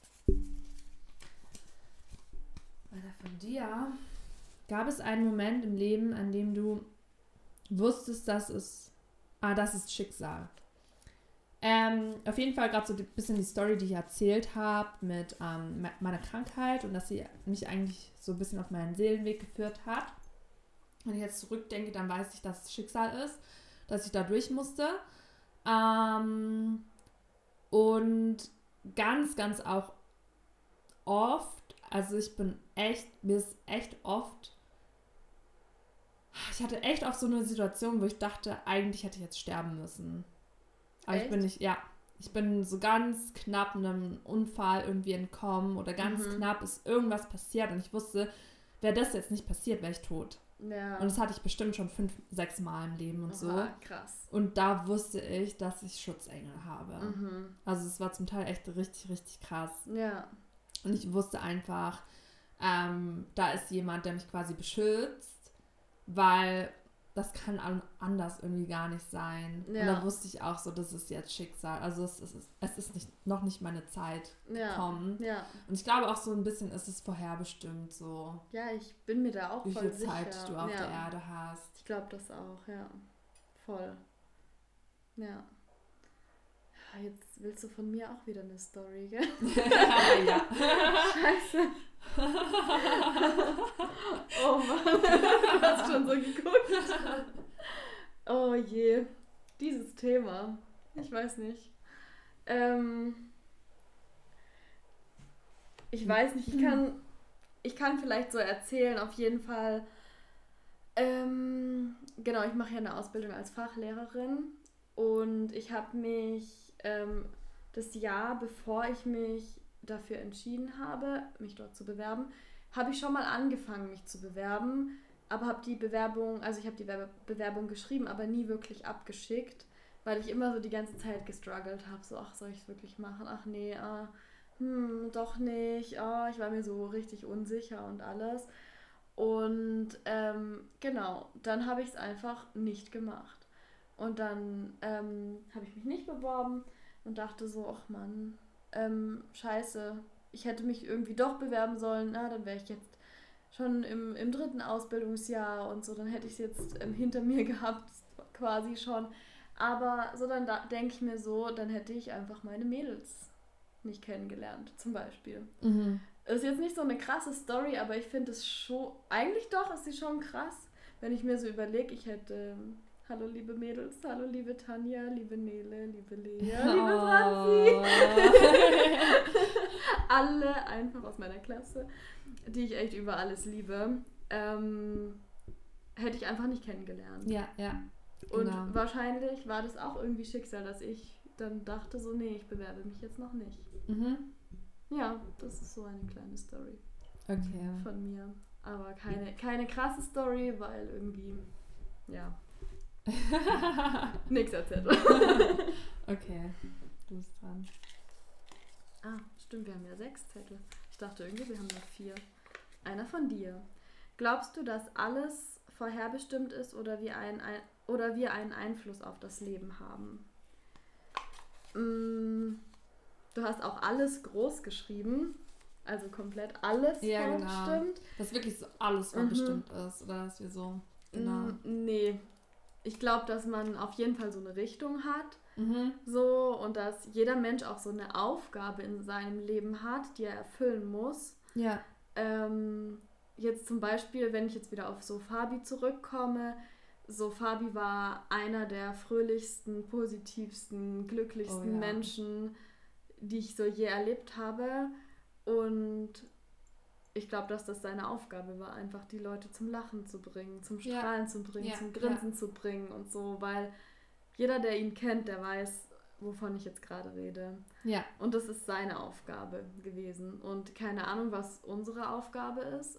Alter, von dir gab es einen Moment im Leben, an dem du wusstest, dass es, ah, das ist Schicksal. Ähm, auf jeden Fall gerade so ein bisschen die Story, die ich erzählt habe mit ähm, meiner Krankheit und dass sie mich eigentlich so ein bisschen auf meinen Seelenweg geführt hat. Wenn ich jetzt zurückdenke, dann weiß ich, dass es Schicksal ist, dass ich da durch musste. Ähm, und ganz, ganz auch oft, also ich bin echt, mir ist echt oft, ich hatte echt oft so eine Situation, wo ich dachte, eigentlich hätte ich jetzt sterben müssen. Aber Echt? ich bin nicht, ja, ich bin so ganz knapp einem Unfall irgendwie entkommen oder ganz Mhm. knapp ist irgendwas passiert und ich wusste, wäre das jetzt nicht passiert, wäre ich tot. Ja. Und das hatte ich bestimmt schon fünf, sechs Mal im Leben und Oha, so. krass. Und da wusste ich, dass ich Schutzengel habe. Mhm. Also es war zum Teil echt richtig, richtig krass. Ja. Und ich wusste einfach, ähm, da ist jemand, der mich quasi beschützt, weil das kann an- anders irgendwie gar nicht sein. Ja. Und da wusste ich auch so, das ist jetzt Schicksal. Also es ist, es ist nicht, noch nicht meine Zeit Ja. gekommen. Ja. Und ich glaube auch so ein bisschen ist es vorherbestimmt so, Ja, ich bin mir da auch wie voll viel sicher. Zeit du auf ja. der Erde hast. Ich glaube das auch, ja. Voll. Ja. Jetzt willst du von mir auch wieder eine Story, gell? Ja. Scheiße. Oh Mann, du hast schon so geguckt. Oh je, dieses Thema. Ich weiß nicht. Ähm, ich weiß nicht, ich kann, ich kann vielleicht so erzählen, auf jeden Fall. Ähm, genau, ich mache ja eine Ausbildung als Fachlehrerin und ich habe mich ähm, das Jahr, bevor ich mich dafür entschieden habe, mich dort zu bewerben, habe ich schon mal angefangen, mich zu bewerben, aber habe die Bewerbung, also ich habe die Bewerbung geschrieben, aber nie wirklich abgeschickt, weil ich immer so die ganze Zeit gestruggelt habe, so, ach, soll ich es wirklich machen? Ach nee, ah, hm, doch nicht, ah, ich war mir so richtig unsicher und alles. Und ähm, genau, dann habe ich es einfach nicht gemacht. Und dann ähm, habe ich mich nicht beworben und dachte so, ach Mann, ähm, scheiße, ich hätte mich irgendwie doch bewerben sollen, na, dann wäre ich jetzt schon im, im dritten Ausbildungsjahr und so, dann hätte ich es jetzt ähm, hinter mir gehabt, quasi schon. Aber so dann da, denke ich mir so, dann hätte ich einfach meine Mädels nicht kennengelernt, zum Beispiel. Mhm. Ist jetzt nicht so eine krasse Story, aber ich finde es schon, eigentlich doch ist sie schon krass, wenn ich mir so überlege, ich hätte, hallo liebe Mädels, hallo liebe Tanja, liebe Nele, liebe Lea, liebe Franzi. Alle einfach aus meiner Klasse, die ich echt über alles liebe, ähm, hätte ich einfach nicht kennengelernt. Ja, ja. Und genau. wahrscheinlich war das auch irgendwie Schicksal, dass ich dann dachte so, nee, ich bewerbe mich jetzt noch nicht. Mhm. Ja, das ist so eine kleine Story Okay. von mir. Aber keine, keine krasse Story, weil irgendwie, ja, nichts erzählt. Okay, du bist dran. Ah, stimmt, wir haben ja sechs Zettel. Ich dachte irgendwie, wir haben nur vier. Einer von dir. Glaubst du, dass alles vorherbestimmt ist oder wir einen, ein, oder wir einen Einfluss auf das Leben haben? Mm, du hast auch alles groß geschrieben. Also komplett alles Ja, vorbestimmt. genau. Dass wirklich so alles vorbestimmt mhm. ist. Oder dass wir so, genau. Mm, nee. Ich glaube, dass man auf jeden Fall so eine Richtung hat. Mhm. So, und dass jeder Mensch auch so eine Aufgabe in seinem Leben hat, die er erfüllen muss. Ja. Ähm, jetzt zum Beispiel, wenn ich jetzt wieder auf so Fabi zurückkomme, so Fabi war einer der fröhlichsten, positivsten, glücklichsten oh, ja. Menschen, die ich so je erlebt habe. Und ich glaube, dass das seine Aufgabe war, einfach die Leute zum Lachen zu bringen, zum Strahlen ja. zu bringen, ja. zum Grinsen ja. zu bringen und so, weil jeder, der ihn kennt, der weiß, wovon ich jetzt gerade rede. Ja. Und das ist seine Aufgabe gewesen. Und keine Ahnung, was unsere Aufgabe ist.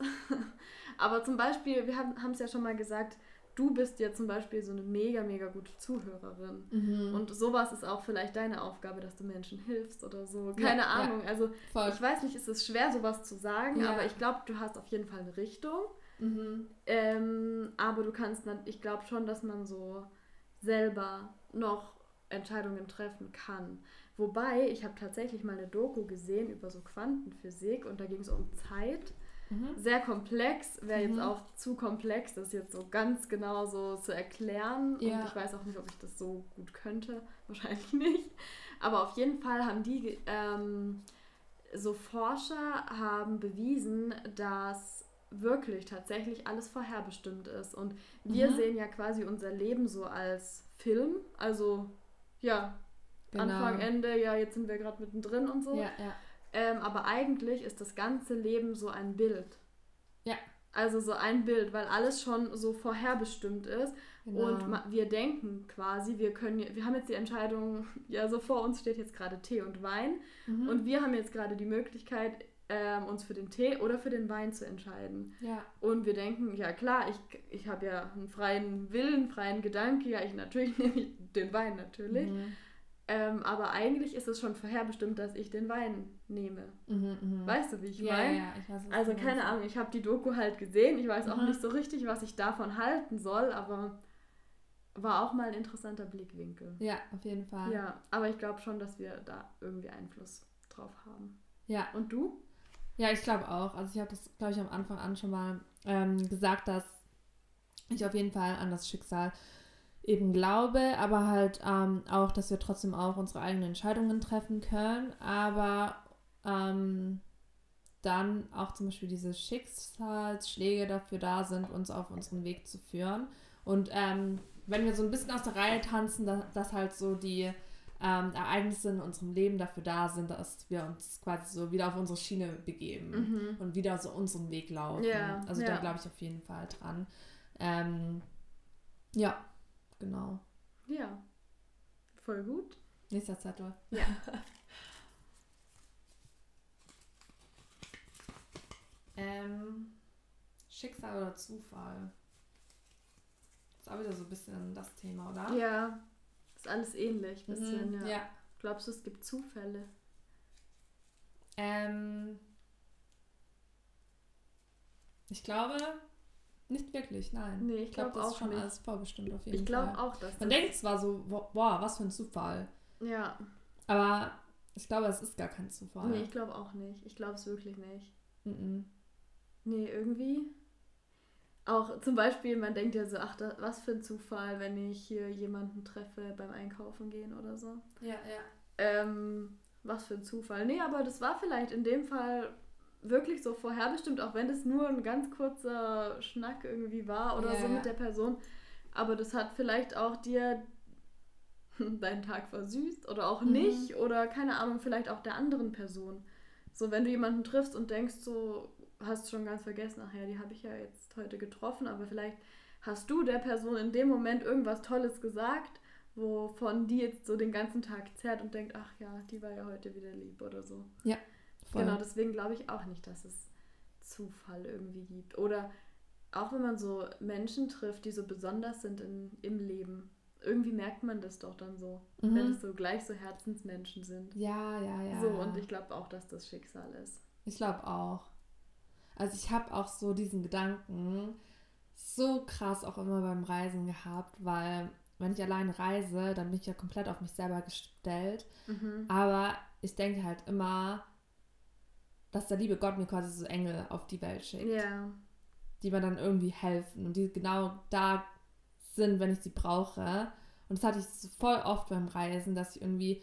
Aber zum Beispiel, wir haben es ja schon mal gesagt, du bist ja zum Beispiel so eine mega, mega gute Zuhörerin. Mhm. Und sowas ist auch vielleicht deine Aufgabe, dass du Menschen hilfst oder so. Keine ja, Ahnung. Ja. Also Voll. Ich weiß nicht, ist es schwer, sowas zu sagen, ja. aber ich glaube, du hast auf jeden Fall eine Richtung. Mhm. Ähm, aber du kannst, ich glaube schon, dass man so selber noch Entscheidungen treffen kann. Wobei, ich habe tatsächlich mal eine Doku gesehen über so Quantenphysik und da ging es um Zeit. Mhm. Sehr komplex, wäre mhm. jetzt auch zu komplex, das jetzt so ganz genau so zu erklären. Ja. Und ich weiß auch nicht, ob ich das so gut könnte. Wahrscheinlich nicht. Aber auf jeden Fall haben die, ähm, so Forscher haben bewiesen, dass wirklich tatsächlich alles vorherbestimmt ist. Und wir mhm. sehen ja quasi unser Leben so als Film. Also, ja, genau. Anfang, Ende, ja, jetzt sind wir gerade mittendrin und so. Ja, ja. Ähm, aber eigentlich ist das ganze Leben so ein Bild. Ja. Also so ein Bild, weil alles schon so vorherbestimmt ist. Genau. Und ma- wir denken quasi, wir können, wir haben jetzt die Entscheidung, ja, so vor uns steht jetzt gerade Tee und Wein. Mhm. Und wir haben jetzt gerade die Möglichkeit, ähm, uns für den Tee oder für den Wein zu entscheiden. Ja. Und wir denken, ja klar, ich, ich habe ja einen freien Willen, einen freien Gedanke, ja, ich natürlich nehme ich den Wein natürlich. Mhm. Ähm, aber eigentlich ist es schon vorherbestimmt, dass ich den Wein nehme. Mhm, mh. Weißt du, wie ich ja, meine? Ja, ich weiß, was also du keine meinst. Ahnung, ich habe die Doku halt gesehen. Ich weiß mhm. auch nicht so richtig, was ich davon halten soll, aber war auch mal ein interessanter Blickwinkel. Ja, auf jeden Fall. Ja, aber ich glaube schon, dass wir da irgendwie Einfluss drauf haben. Ja. Und du? Ja, ich glaube auch. Also ich habe das, glaube ich, am Anfang an schon mal ähm, gesagt, dass ich auf jeden Fall an das Schicksal eben glaube, aber halt ähm, auch, dass wir trotzdem auch unsere eigenen Entscheidungen treffen können, aber ähm, dann auch zum Beispiel diese Schicksalsschläge dafür da sind, uns auf unseren Weg zu führen. Und ähm, wenn wir so ein bisschen aus der Reihe tanzen, dass, dass halt so die ähm, Ereignisse in unserem Leben dafür da sind, dass wir uns quasi so wieder auf unsere Schiene begeben Mhm. und wieder so unseren Weg laufen. Ja, Also ja. da glaube ich auf jeden Fall dran. Ähm, ja, genau. Ja, voll gut. Nächster Zettel. Ja. ähm, Schicksal oder Zufall? Ist auch wieder so ein bisschen das Thema, oder? Ja, ist alles ähnlich, bisschen, Mhm, ja. ja. Glaubst du, es gibt Zufälle? Ähm, ich glaube nicht wirklich, nein. Nee, ich Ich glaube, glaube das ist auch schon nicht. alles vorbestimmt auf jeden Ich Fall. glaube auch, dass Man das... denkt zwar so, wo- boah, was für ein Zufall. Ja. Aber ich glaube, es ist gar kein Zufall. Nee, ich glaube auch nicht. Ich glaube es wirklich nicht. Mhm. Nee, irgendwie... Auch zum Beispiel, man denkt ja so, ach, da, was für ein Zufall, wenn ich hier jemanden treffe beim Einkaufen gehen oder so. Ja, ja. Ähm, was für ein Zufall. Nee, aber das war vielleicht in dem Fall wirklich so vorherbestimmt, auch wenn das nur ein ganz kurzer Schnack irgendwie war oder Ja, so ja. mit der Person. Aber das hat vielleicht auch dir deinen Tag versüßt oder auch Mhm. nicht oder keine Ahnung, vielleicht auch der anderen Person. So, wenn du jemanden triffst und denkst so, hast schon ganz vergessen, ach ja, die habe ich ja jetzt heute getroffen, aber vielleicht hast du der Person in dem Moment irgendwas Tolles gesagt, wovon die jetzt so den ganzen Tag zerrt und denkt, ach ja, die war ja heute wieder lieb oder so. Voll. Genau, deswegen glaube ich auch nicht, dass es Zufall irgendwie gibt. Oder auch wenn man so Menschen trifft, die so besonders sind in, im Leben, irgendwie merkt man das doch dann so, Mhm. wenn es so gleich so Herzensmenschen sind. Ja, ja, ja. So, ja. und ich glaube auch, dass das Schicksal ist. Ich glaube auch. Also ich habe auch so diesen Gedanken so krass auch immer beim Reisen gehabt, weil wenn ich alleine reise, dann bin ich ja komplett auf mich selber gestellt. Mhm. Aber ich denke halt immer, dass der liebe Gott mir quasi so Engel auf die Welt schickt, Ja. die mir dann irgendwie helfen und die genau da sind, wenn ich sie brauche. Und das hatte ich so voll oft beim Reisen, dass ich irgendwie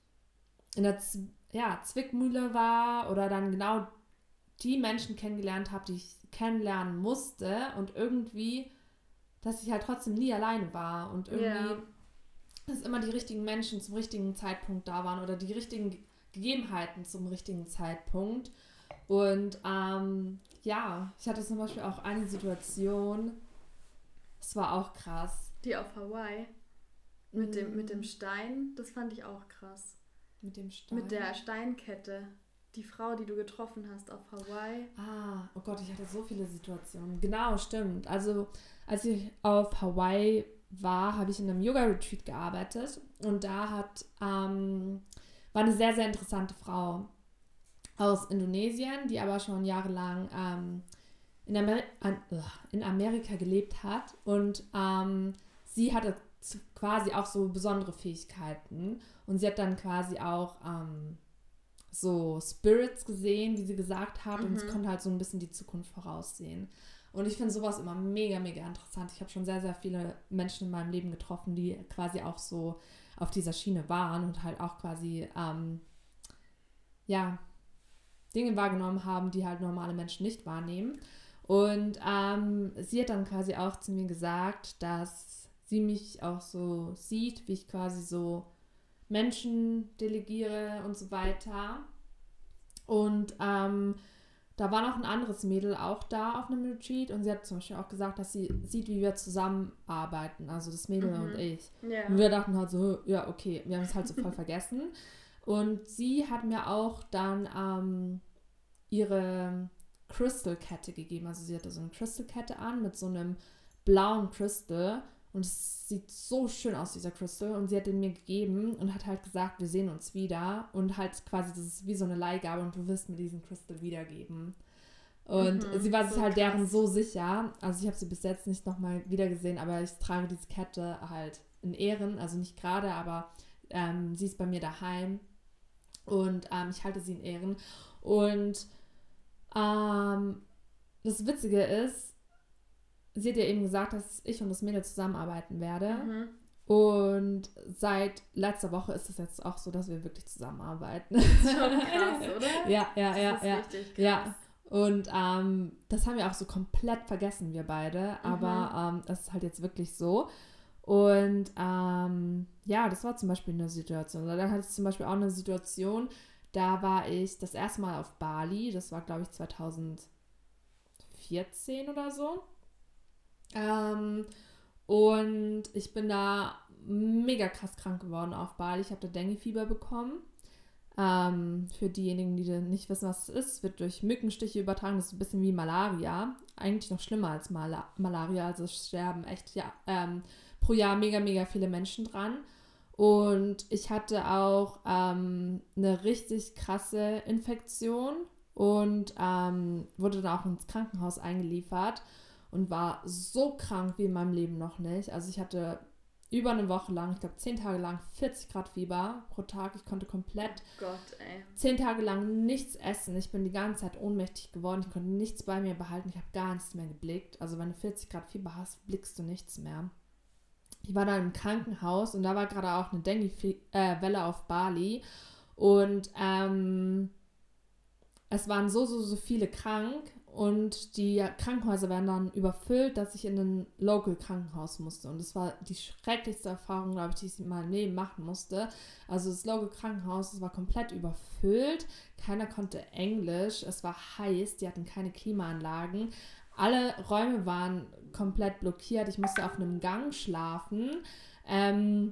in der Z- ja, Zwickmühle war oder dann genau die Menschen kennengelernt habe, die ich kennenlernen musste und irgendwie, dass ich halt trotzdem nie alleine war und irgendwie, Ja. dass immer die richtigen Menschen zum richtigen Zeitpunkt da waren oder die richtigen Ge- Gegebenheiten zum richtigen Zeitpunkt. Und ähm, ja, ich hatte zum Beispiel auch eine Situation, das war auch krass. Die auf Hawaii mit dem, mit dem Mm, Stein, das fand ich auch krass. mit dem Stein. Mit der Steinkette. Die Frau, die du getroffen hast auf Hawaii. Ah, oh Gott, ich hatte so viele Situationen. Genau, stimmt. Also, als ich auf Hawaii war, habe ich in einem Yoga-Retreat gearbeitet und da hat, ähm, war eine sehr, sehr interessante Frau aus Indonesien, die aber schon jahrelang ähm, in, Amer an, ugh, in Amerika gelebt hat und ähm, sie hatte z- quasi auch so besondere Fähigkeiten und sie hat dann quasi auch ähm, so Spirits gesehen, wie sie gesagt hat, und sie Mhm. konnte halt so ein bisschen die Zukunft voraussehen. Und ich finde sowas immer mega, mega interessant. Ich habe schon sehr, sehr viele Menschen in meinem Leben getroffen, die quasi auch so auf dieser Schiene waren und halt auch quasi, ähm, ja, Dinge wahrgenommen haben, die halt normale Menschen nicht wahrnehmen. Und ähm, sie hat dann quasi auch zu mir gesagt, dass sie mich auch so sieht, wie ich quasi so Menschen delegiere und so weiter. Und ähm, da war noch ein anderes Mädel auch da auf einem Retreat und sie hat zum Beispiel auch gesagt, dass sie sieht, wie wir zusammenarbeiten, also das Mädel Mhm. und ich. Ja. Und wir dachten halt so, ja, okay, wir haben es halt so voll vergessen. Und sie hat mir auch dann ähm, ihre Crystal-Kette gegeben. Also sie hatte so eine Crystal-Kette an mit so einem blauen Crystal. Und es sieht so schön aus, dieser Crystal. Und sie hat den mir gegeben und hat halt gesagt, wir sehen uns wieder. Und halt quasi, das ist wie so eine Leihgabe und du wirst mir diesen Crystal wiedergeben. Und Mhm, sie war sich so halt deren krass. so sicher. Also ich habe sie bis jetzt nicht nochmal wieder gesehen, aber ich trage diese Kette halt in Ehren. Also nicht gerade, aber ähm, sie ist bei mir daheim. Und ähm, ich halte sie in Ehren. Und ähm, das Witzige ist, sie hat ja eben gesagt, dass ich und das Mädel zusammenarbeiten werde. Mhm. Und seit letzter Woche ist es jetzt auch so, dass wir wirklich zusammenarbeiten. Das ist schon krass, oder? Ja, ja, das ja, ist ja. richtig krass. Ja. Und ähm, das haben wir auch so komplett vergessen, wir beide. Aber ähm, das ist halt jetzt wirklich so. Und ähm, ja, das war zum Beispiel eine Situation. Oder dann hatte ich zum Beispiel auch eine Situation, da war ich das erste Mal auf Bali. Das war, glaube ich, zwanzig vierzehn oder so. Ähm, und ich bin da mega krass krank geworden auf Bali. Ich habe da Dengue-Fieber bekommen. Ähm, für diejenigen, die nicht wissen, was es ist, es wird durch Mückenstiche übertragen. Das ist ein bisschen wie Malaria. Eigentlich noch schlimmer als Mal- Malaria. Also es sterben echt ja, ähm, pro Jahr mega, mega viele Menschen dran. Und ich hatte auch ähm, eine richtig krasse Infektion und ähm, wurde dann auch ins Krankenhaus eingeliefert und war so krank wie in meinem Leben noch nicht. Also ich hatte über eine Woche lang, ich glaube zehn Tage lang, vierzig Grad Fieber pro Tag. Ich konnte komplett Oh Gott, ey. zehn Tage lang nichts essen. Ich bin die ganze Zeit ohnmächtig geworden. Ich konnte nichts bei mir behalten. Ich habe gar nichts mehr geblickt. Also wenn du vierzig Grad Fieber hast, blickst du nichts mehr. Ich war da im Krankenhaus und da war gerade auch eine Dengue-Welle auf Bali. Und ähm, es waren so, so, so viele krank und die Krankenhäuser werden dann überfüllt, dass ich in ein Local-Krankenhaus musste. Und das war die schrecklichste Erfahrung, glaube ich, die ich in meinem Leben machen musste. Also das Local-Krankenhaus, das war komplett überfüllt. Keiner konnte Englisch. Es war heiß, die hatten keine Klimaanlagen. Alle Räume waren komplett blockiert. Ich musste auf einem Gang schlafen. Ähm,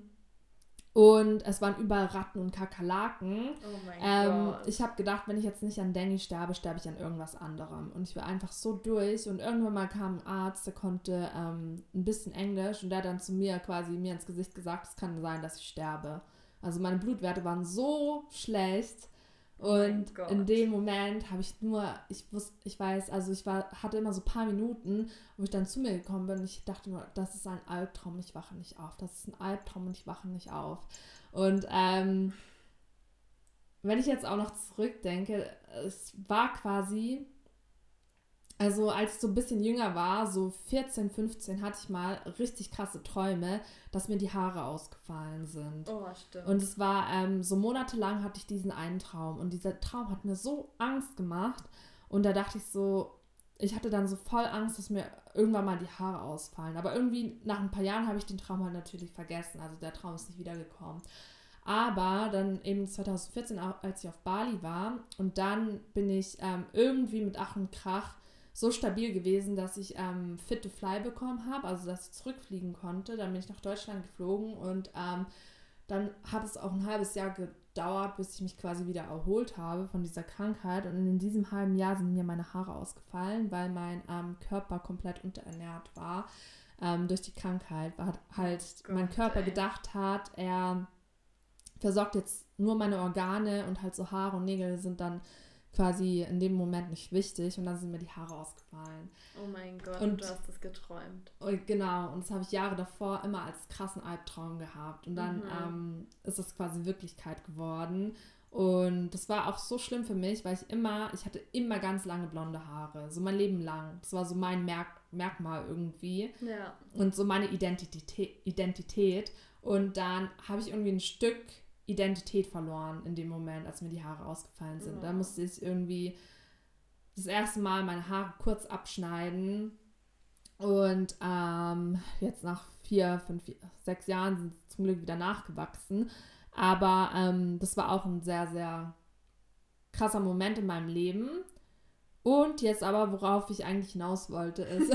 und es waren überall Ratten und Kakerlaken. Oh mein Ähm, Gott. ich habe gedacht, wenn ich jetzt nicht an Dengue sterbe, sterbe ich an irgendwas anderem. Und ich war einfach so durch. Und irgendwann mal kam ein Arzt, der konnte ähm, ein bisschen Englisch. Und der hat dann zu mir quasi mir ins Gesicht gesagt, es kann sein, dass ich sterbe. Also meine Blutwerte waren so schlecht. Oh mein Und Gott. in dem Moment habe ich nur, ich wusste, ich weiß, also ich war, hatte immer so ein paar Minuten, wo ich dann zu mir gekommen bin und ich dachte nur, das ist ein Albtraum, ich wache nicht auf. Das ist ein Albtraum und ich wache nicht auf. Und ähm, wenn ich jetzt auch noch zurückdenke, es war quasi, also als ich so ein bisschen jünger war, so vierzehn, fünfzehn, hatte ich mal richtig krasse Träume, dass mir die Haare ausgefallen sind. Oh, stimmt. Und es war ähm, so monatelang hatte ich diesen einen Traum. Und dieser Traum hat mir so Angst gemacht. Und da dachte ich so, ich hatte dann so voll Angst, dass mir irgendwann mal die Haare ausfallen. Aber irgendwie nach ein paar Jahren habe ich den Traum halt natürlich vergessen. Also der Traum ist nicht wiedergekommen. Aber dann eben zwanzig vierzehn, als ich auf Bali war, und dann bin ich ähm, irgendwie mit Ach und Krach so stabil gewesen, dass ich ähm, Fit to Fly bekommen habe, also dass ich zurückfliegen konnte. Dann bin ich nach Deutschland geflogen und ähm, dann hat es auch ein halbes Jahr gedauert, bis ich mich quasi wieder erholt habe von dieser Krankheit. Und in diesem halben Jahr sind mir meine Haare ausgefallen, weil mein ähm, Körper komplett unterernährt war ähm, durch die Krankheit. Weil halt Gott, mein Körper ey. gedacht hat, er versorgt jetzt nur meine Organe und halt so Haare und Nägel sind dann quasi in dem Moment nicht wichtig und dann sind mir die Haare ausgefallen. Oh mein Gott, Und- und du hast das geträumt. Und genau, und das habe ich Jahre davor immer als krassen Albtraum gehabt. Und dann Mhm. ähm, ist es quasi Wirklichkeit geworden. Und das war auch so schlimm für mich, weil ich immer, ich hatte immer ganz lange blonde Haare, so mein Leben lang. Das war so mein Merk- Merkmal irgendwie Ja. und so meine Identität. Identität. Und dann habe ich irgendwie ein Stück Identität verloren in dem Moment, als mir die Haare ausgefallen sind. Oh. Da musste ich irgendwie das erste Mal meine Haare kurz abschneiden. Und ähm, jetzt nach vier, fünf, sechs Jahren sind sie zum Glück wieder nachgewachsen. Aber ähm, das war auch ein sehr, sehr krasser Moment in meinem Leben. Und jetzt aber, worauf ich eigentlich hinaus wollte, ist,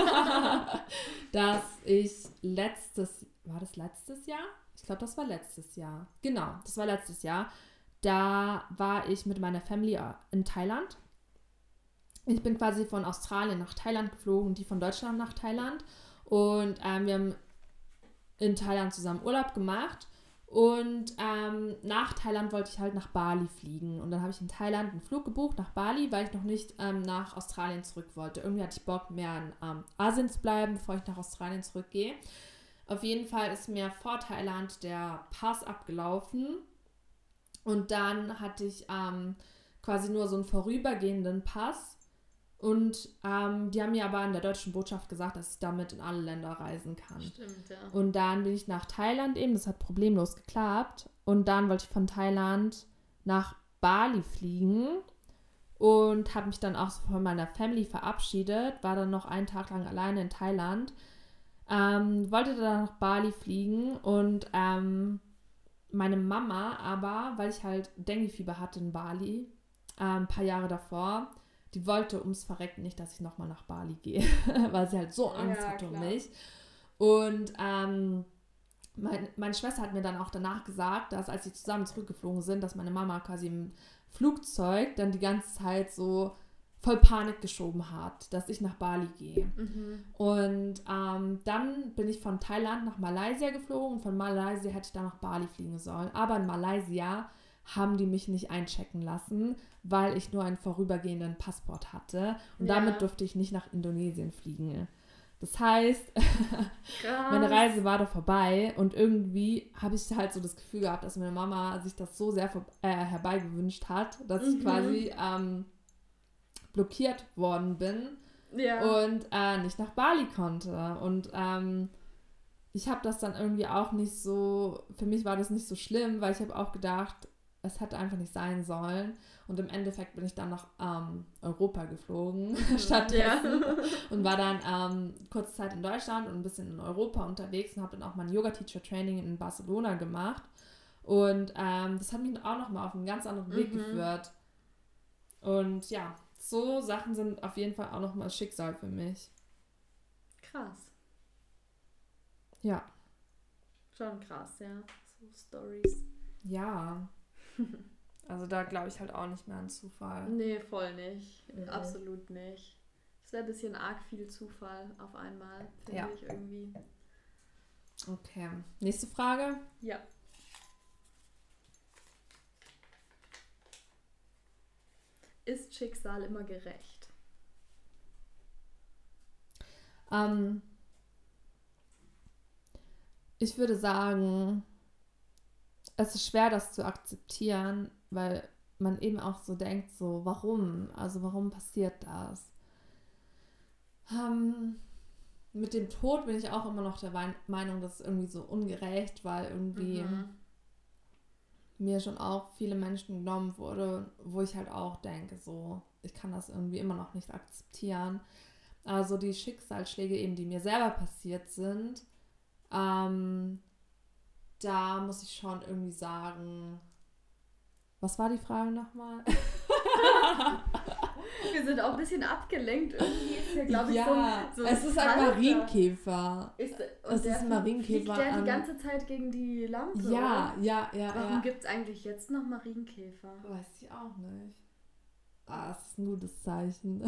dass ich letztes, war das letztes Jahr? Ich glaube, das war letztes Jahr. Genau, das war letztes Jahr. Da war ich mit meiner Family in Thailand. Ich bin quasi von Australien nach Thailand geflogen, die von Deutschland nach Thailand. Und ähm, wir haben in Thailand zusammen Urlaub gemacht. Und ähm, nach Thailand wollte ich halt nach Bali fliegen. Und dann habe ich in Thailand einen Flug gebucht nach Bali, weil ich noch nicht ähm, nach Australien zurück wollte. Irgendwie hatte ich Bock, mehr in ähm, Asien zu bleiben, bevor ich nach Australien zurückgehe. Auf jeden Fall ist mir vor Thailand der Pass abgelaufen. Und dann hatte ich ähm, quasi nur so einen vorübergehenden Pass. Und ähm, die haben mir aber an der deutschen Botschaft gesagt, dass ich damit in alle Länder reisen kann. Stimmt, ja. Und dann bin ich nach Thailand eben, das hat problemlos geklappt. Und dann wollte ich von Thailand nach Bali fliegen und habe mich dann auch so von meiner Family verabschiedet, war dann noch einen Tag lang alleine in Thailand, ähm, wollte dann nach Bali fliegen und ähm, meine Mama aber, weil ich halt Dengue-Fieber hatte in Bali, äh, ein paar Jahre davor, die wollte ums Verrecken nicht, dass ich nochmal nach Bali gehe, weil sie halt so Angst Ja, hatte um klar. mich. Und ähm, mein, meine Schwester hat mir dann auch danach gesagt, dass als sie zusammen zurückgeflogen sind, dass meine Mama quasi im Flugzeug dann die ganze Zeit so voll Panik geschoben hat, dass ich nach Bali gehe. Mhm. Und ähm, dann bin ich von Thailand nach Malaysia geflogen und von Malaysia hätte ich dann nach Bali fliegen sollen. Aber in Malaysia haben die mich nicht einchecken lassen, weil ich nur einen vorübergehenden Passport hatte. Und Ja. damit durfte ich nicht nach Indonesien fliegen. Das heißt, Krass. meine Reise war da vorbei und irgendwie habe ich halt so das Gefühl gehabt, dass meine Mama sich das so sehr vor, äh, herbeigewünscht hat, dass Mhm. ich quasi ähm, blockiert worden bin Ja. und äh, nicht nach Bali konnte. Und ähm, ich habe das dann irgendwie auch nicht so, für mich war das nicht so schlimm, weil ich habe auch gedacht, es hätte einfach nicht sein sollen. Und im Endeffekt bin ich dann nach ähm, Europa geflogen stattdessen Ja. und war dann ähm, kurze Zeit in Deutschland und ein bisschen in Europa unterwegs und habe dann auch mein Yoga-Teacher-Training in Barcelona gemacht. Und ähm, das hat mich auch nochmal auf einen ganz anderen Weg Mhm. geführt. Und ja, so Sachen sind auf jeden Fall auch nochmal Schicksal für mich. Krass. Ja. Schon krass, ja. So Stories. Ja. Also da glaube ich halt auch nicht mehr an Zufall. Nee, voll nicht. Mhm. Absolut nicht. Es wäre ein bisschen arg viel Zufall auf einmal, finde Ja. ich irgendwie. Okay. Nächste Frage. Ja. Ist Schicksal immer gerecht? Ähm, ich würde sagen, es ist schwer, das zu akzeptieren, weil man eben auch so denkt, so, warum? Also warum passiert das? Ähm, mit dem Tod bin ich auch immer noch der Wein- Meinung, das ist irgendwie so ungerecht, weil irgendwie Mhm. mir schon auch viele Menschen genommen wurde, wo ich halt auch denke, so, ich kann das irgendwie immer noch nicht akzeptieren. Also die Schicksalsschläge eben, die mir selber passiert sind, ähm, da muss ich schon irgendwie sagen, was war die Frage nochmal? Wir sind auch ein bisschen abgelenkt. Irgendwie ist ja, glaube ich, ja, so, so ein es ist ein Falter. Marienkäfer. Ist, und Es der ist ein Marienkäfer fliegt der an- die ganze Zeit gegen die Lampe, Ja, oder? ja, ja, Warum ja. gibt es eigentlich jetzt noch Marienkäfer? Weiß ich auch nicht. Ah, das ist ein gutes Zeichen.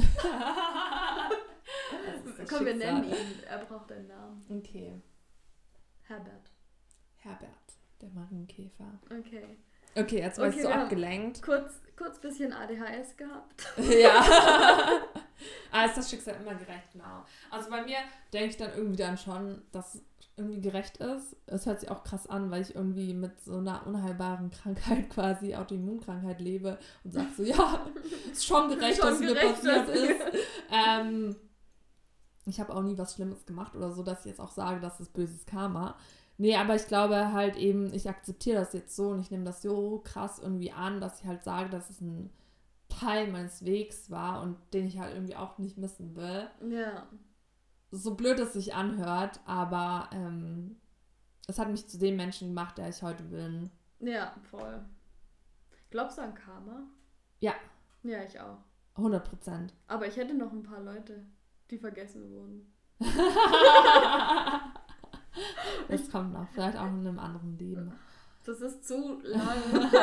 Das ist das Komm, wir Schicksal. nennen ihn. Er braucht einen Namen. Okay, Herbert. Herbert, der Marienkäfer. Okay. Okay, jetzt war Okay, ich so wir haben- abgelenkt. Kurz, kurz bisschen A D H S gehabt. Ja. Ah, ist das Schicksal immer gerecht, genau. Also bei mir denke ich dann irgendwie dann schon, dass es irgendwie gerecht ist. Es hört sich auch krass an, weil ich irgendwie mit so einer unheilbaren Krankheit, quasi Autoimmunkrankheit lebe und sage so, ja, ist schon gerecht, Schon dass mir gerecht, passiert dass- ist. Ähm, ich habe auch nie was Schlimmes gemacht oder so, dass ich jetzt auch sage, das ist böses Karma. Nee, aber ich glaube halt eben, ich akzeptiere das jetzt so und ich nehme das so krass irgendwie an, dass ich halt sage, dass es ein Teil meines Wegs war und den ich halt irgendwie auch nicht missen will. Ja. So blöd es sich anhört, aber ähm, es hat mich zu dem Menschen gemacht, der ich heute bin. Ja, voll. Glaubst du an Karma? Ja. Ja, ich auch. hundert Prozent. Aber ich hätte noch ein paar Leute, die vergessen wurden. Das kommt noch, vielleicht auch in einem anderen Leben. Das ist zu lang.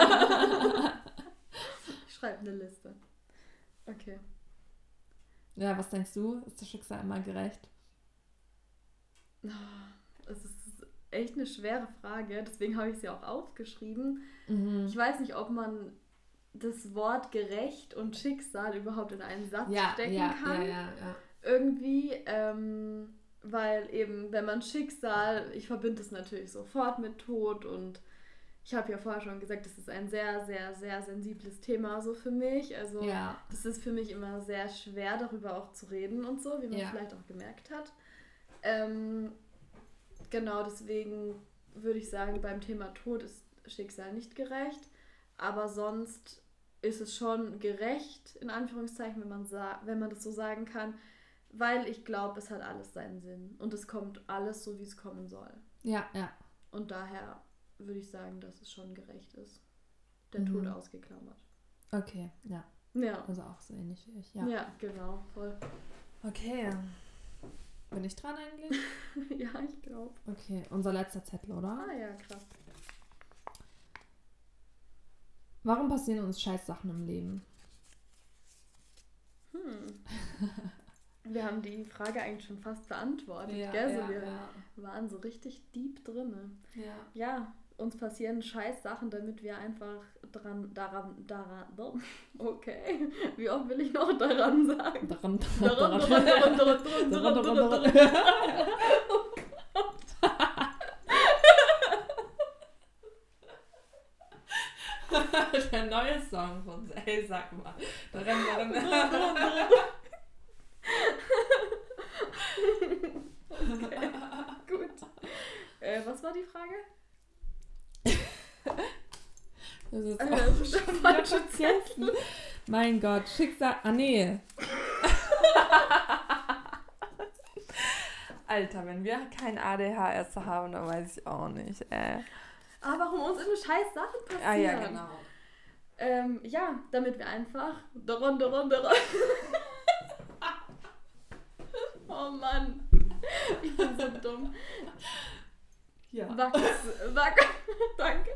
Ich schreibe eine Liste. Okay. Ja, was denkst du? Ist das Schicksal immer gerecht? Es ist echt eine schwere Frage, deswegen habe ich sie auch aufgeschrieben. Mhm. Ich weiß nicht, ob man das Wort gerecht und Schicksal überhaupt in einen Satz Ja, stecken ja, kann. ja, ja, ja. Irgendwie, ähm, weil eben, wenn man Schicksal, ich verbinde es natürlich sofort mit Tod und ich habe ja vorher schon gesagt, das ist ein sehr, sehr, sehr sensibles Thema so für mich. Also ja. das ist für mich immer sehr schwer, darüber auch zu reden und so, wie man Ja. vielleicht auch gemerkt hat. Ähm, genau, deswegen würde ich sagen, beim Thema Tod ist Schicksal nicht gerecht, aber sonst ist es schon gerecht, in Anführungszeichen, wenn man, sa- wenn man das so sagen kann, weil ich glaube, es hat alles seinen Sinn und es kommt alles so, wie es kommen soll. Ja, ja. Und daher würde ich sagen, dass es schon gerecht ist. Der Mhm. Tod ausgeklammert. Okay, ja. Ja. Also auch so ähnlich wie ich, ja. Ja, genau, voll. Okay. Bin ich dran eigentlich? Ja, ich glaube. Okay, unser letzter Zettel, oder? Ah ja, krass. Warum passieren uns scheiß Sachen im Leben? Hm. Wir haben die Frage eigentlich schon fast beantwortet, Ja, gell? So, ja, wir ja. waren so richtig deep drinne. Ja. Ja, uns passieren scheiß Sachen, damit wir einfach dran, daran, daran, okay, wie oft will ich noch daran sagen? Daran, Daran, daran, daran, daran, daran, daran, daran, daran, daran, daran. daran. Oh Gott. Der neue Song von uns. Ey, sag mal. Daran, daran. Okay, gut. Äh, was war die Frage? Das ist Äh, auch das schon ist wieder falsch vergessen. Mein Gott, Schicksal. Ah, nee. Alter, wenn wir kein A D H S haben, dann weiß ich auch nicht. Äh. Aber warum uns immer scheiß Sachen passieren? Ah, ja, genau. Ähm, ja, damit wir einfach daran, daran, daran. Oh Mann. Ich bin so dumm. Ja. Wachs, wachs, danke.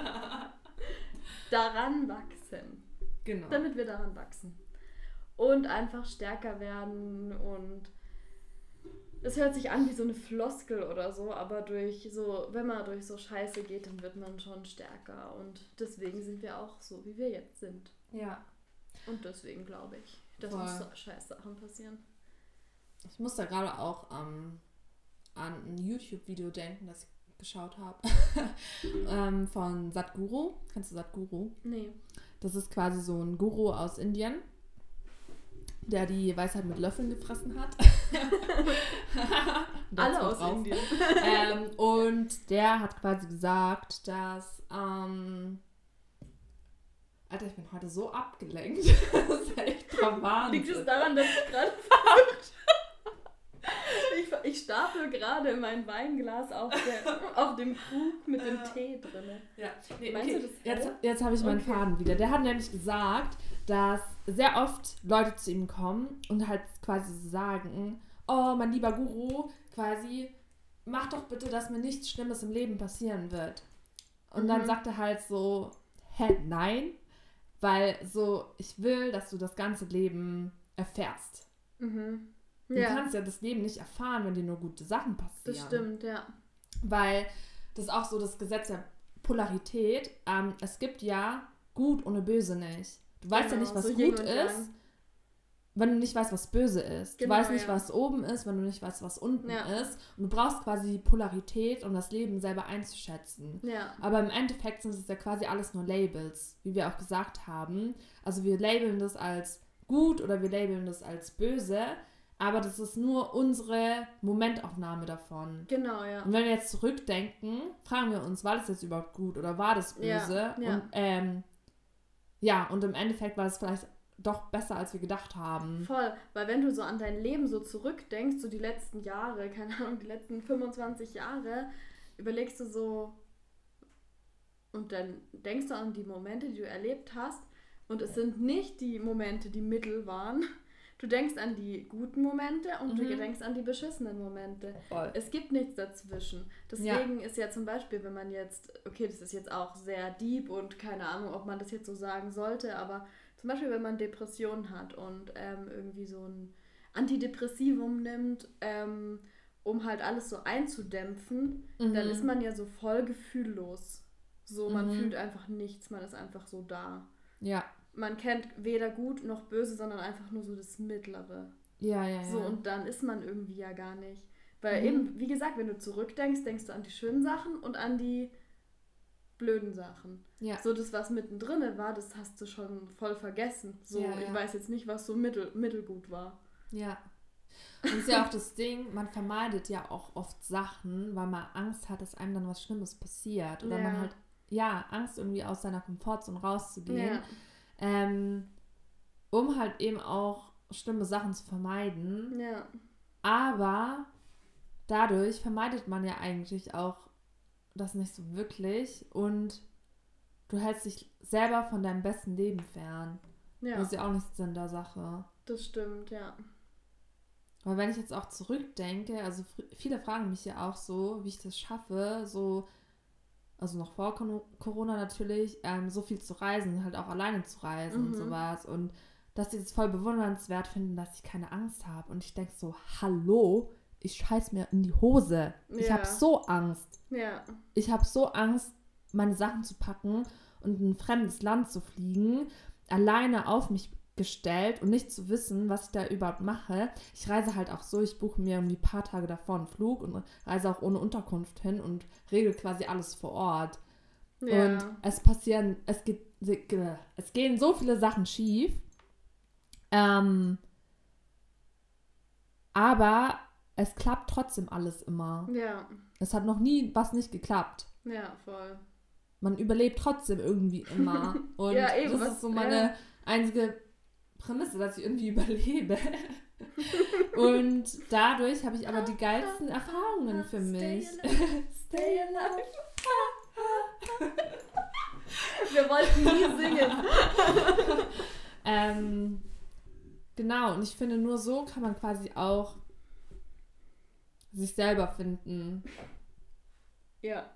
Daran wachsen. Genau. Damit wir daran wachsen. Und einfach stärker werden und es hört sich an wie so eine Floskel oder so, aber durch so, wenn man durch so Scheiße geht, dann wird man schon stärker und deswegen sind wir auch so, wie wir jetzt sind. Ja. Und deswegen glaube ich, dass Voll. uns so scheiß Sachen passieren. Ich muss da gerade auch ähm, an ein YouTube-Video denken, das ich geschaut habe. ähm, von Sadhguru. Kennst du Sadhguru? Nee. Das ist quasi so ein Guru aus Indien, der die Weisheit mit Löffeln gefressen hat. Alle aus drauf. Indien. ähm, und der hat quasi gesagt, dass ähm, Alter, ich bin heute so abgelenkt. Das ist echt der Wahnsinn. Liegt es daran, dass ich gerade ich, ich stapel gerade mein Weinglas auf, der, auf dem Krug mit dem Tee drin. Ja. Nee, Meinst okay. du das? Jetzt, jetzt habe ich meinen Okay. Faden wieder. Der hat nämlich gesagt, dass sehr oft Leute zu ihm kommen und halt quasi sagen, oh, mein lieber Guru, quasi, mach doch bitte, dass mir nichts Schlimmes im Leben passieren wird. Und Mhm. dann sagt er halt so, hä, nein, weil so, ich will, dass du das ganze Leben erfährst. Mhm. Du Ja, kannst ja das Leben nicht erfahren, wenn dir nur gute Sachen passieren. das stimmt, ja. Weil das ist auch so das Gesetz der Polarität. Ähm, es gibt ja Gut ohne Böse nicht. Du weißt ja Genau, nicht, was so Yin gut und ist, Yang. wenn du nicht weißt, was böse ist. Genau, du weißt nicht, ja. was oben ist, wenn du nicht weißt, was unten Ja. ist. Und du brauchst quasi die Polarität, um das Leben selber einzuschätzen. Ja, Aber im Endeffekt sind es ja quasi alles nur Labels, wie wir auch gesagt haben. Also wir labeln das als gut oder wir labeln das als böse, aber das ist nur unsere Momentaufnahme davon. genau, ja. Und wenn wir jetzt zurückdenken, fragen wir uns, war das jetzt überhaupt gut oder war das böse? Ja, ja. Und ähm, ja, und im Endeffekt war es vielleicht doch besser, als wir gedacht haben. Voll, weil wenn du so an dein Leben so zurückdenkst, so die letzten Jahre, keine Ahnung, die letzten fünfundzwanzig Jahre, überlegst du so und dann denkst du an die Momente, die du erlebt hast und es sind nicht die Momente, die mittel waren. Du denkst an die guten Momente und du Mhm. denkst an die beschissenen Momente. Voll. Es gibt nichts dazwischen. Deswegen ist ja zum Beispiel, wenn man jetzt, okay, das ist jetzt auch sehr deep und keine Ahnung, ob man das jetzt so sagen sollte, aber zum Beispiel, wenn man Depressionen hat und ähm, irgendwie so ein Antidepressivum nimmt, ähm, um halt alles so einzudämpfen, Mhm. dann ist man ja so voll gefühllos. So, man Mhm. fühlt einfach nichts, man ist einfach so da. Ja. Man kennt weder gut noch böse, sondern einfach nur so das Mittlere. Ja, ja, ja. So, und dann ist man irgendwie ja gar nicht. Weil Mhm. eben, wie gesagt, wenn du zurückdenkst, denkst du an die schönen Sachen und an die blöden Sachen. Ja. So das, was mittendrin war, das hast du schon voll vergessen. So, Ja, ja. ich weiß jetzt nicht, was so mittel, mittelgut war. Ja. Und das ist ja auch das Ding, man vermeidet ja auch oft Sachen, weil man Angst hat, dass einem dann was Schlimmes passiert. Oder Ja. man halt, ja, Angst irgendwie aus seiner Komfortzone rauszugehen. Ja. Ähm, um halt eben auch schlimme Sachen zu vermeiden. Ja. Aber dadurch vermeidet man ja eigentlich auch das nicht so wirklich und du hältst dich selber von deinem besten Leben fern. Ja. Das ist ja auch nicht Sinn der Sache. Das stimmt, ja. Weil wenn ich jetzt auch zurückdenke, also fr- viele fragen mich ja auch so, wie ich das schaffe, so, also noch vor Kon- Corona natürlich, ähm, so viel zu reisen, halt auch alleine zu reisen Mhm. und sowas. Und dass die das voll bewundernswert finden, dass ich keine Angst habe. Und ich denke so, hallo, ich scheiß mir in die Hose. Ich Ja. habe so Angst. Ja. Ich habe so Angst, meine Sachen zu packen und in ein fremdes Land zu fliegen, alleine auf mich gestellt und nicht zu wissen, was ich da überhaupt mache. Ich reise halt auch so, ich buche mir irgendwie ein paar Tage davor einen Flug und reise auch ohne Unterkunft hin und regel quasi alles vor Ort. Ja. Und es passieren, es geht, es gehen so viele Sachen schief. Ähm, aber es klappt trotzdem alles immer. Ja. Es hat noch nie was nicht geklappt. Ja, voll. Man überlebt trotzdem irgendwie immer. Und Ja, eben, das was- ist so meine ja. einzige Prämisse, dass ich irgendwie überlebe. Und dadurch habe ich aber die geilsten Erfahrungen für mich. Stay alive. Wir wollten nie singen. ähm, genau, und ich finde, nur so kann man quasi auch sich selber finden. Ja.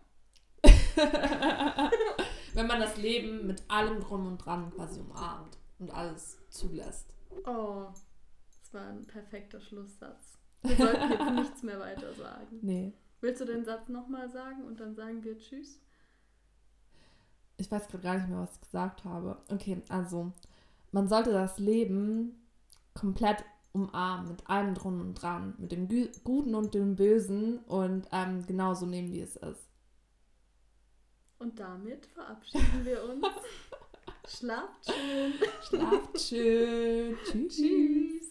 Wenn man das Leben mit allem drum und dran quasi umarmt und alles zulässt. Oh, das war ein perfekter Schlusssatz. Wir sollten jetzt nichts mehr weiter sagen. Nee. Willst du den Satz nochmal sagen und dann sagen wir Tschüss? Ich weiß gerade gar nicht mehr, was ich gesagt habe. Okay, also, man sollte das Leben komplett umarmen, mit allem drum und dran, mit dem Gü- Guten und dem Bösen und ähm, genauso nehmen, wie es ist. Und damit verabschieden wir uns. Schlaft schön. Schlaft schön. Tschüss. Tschüss.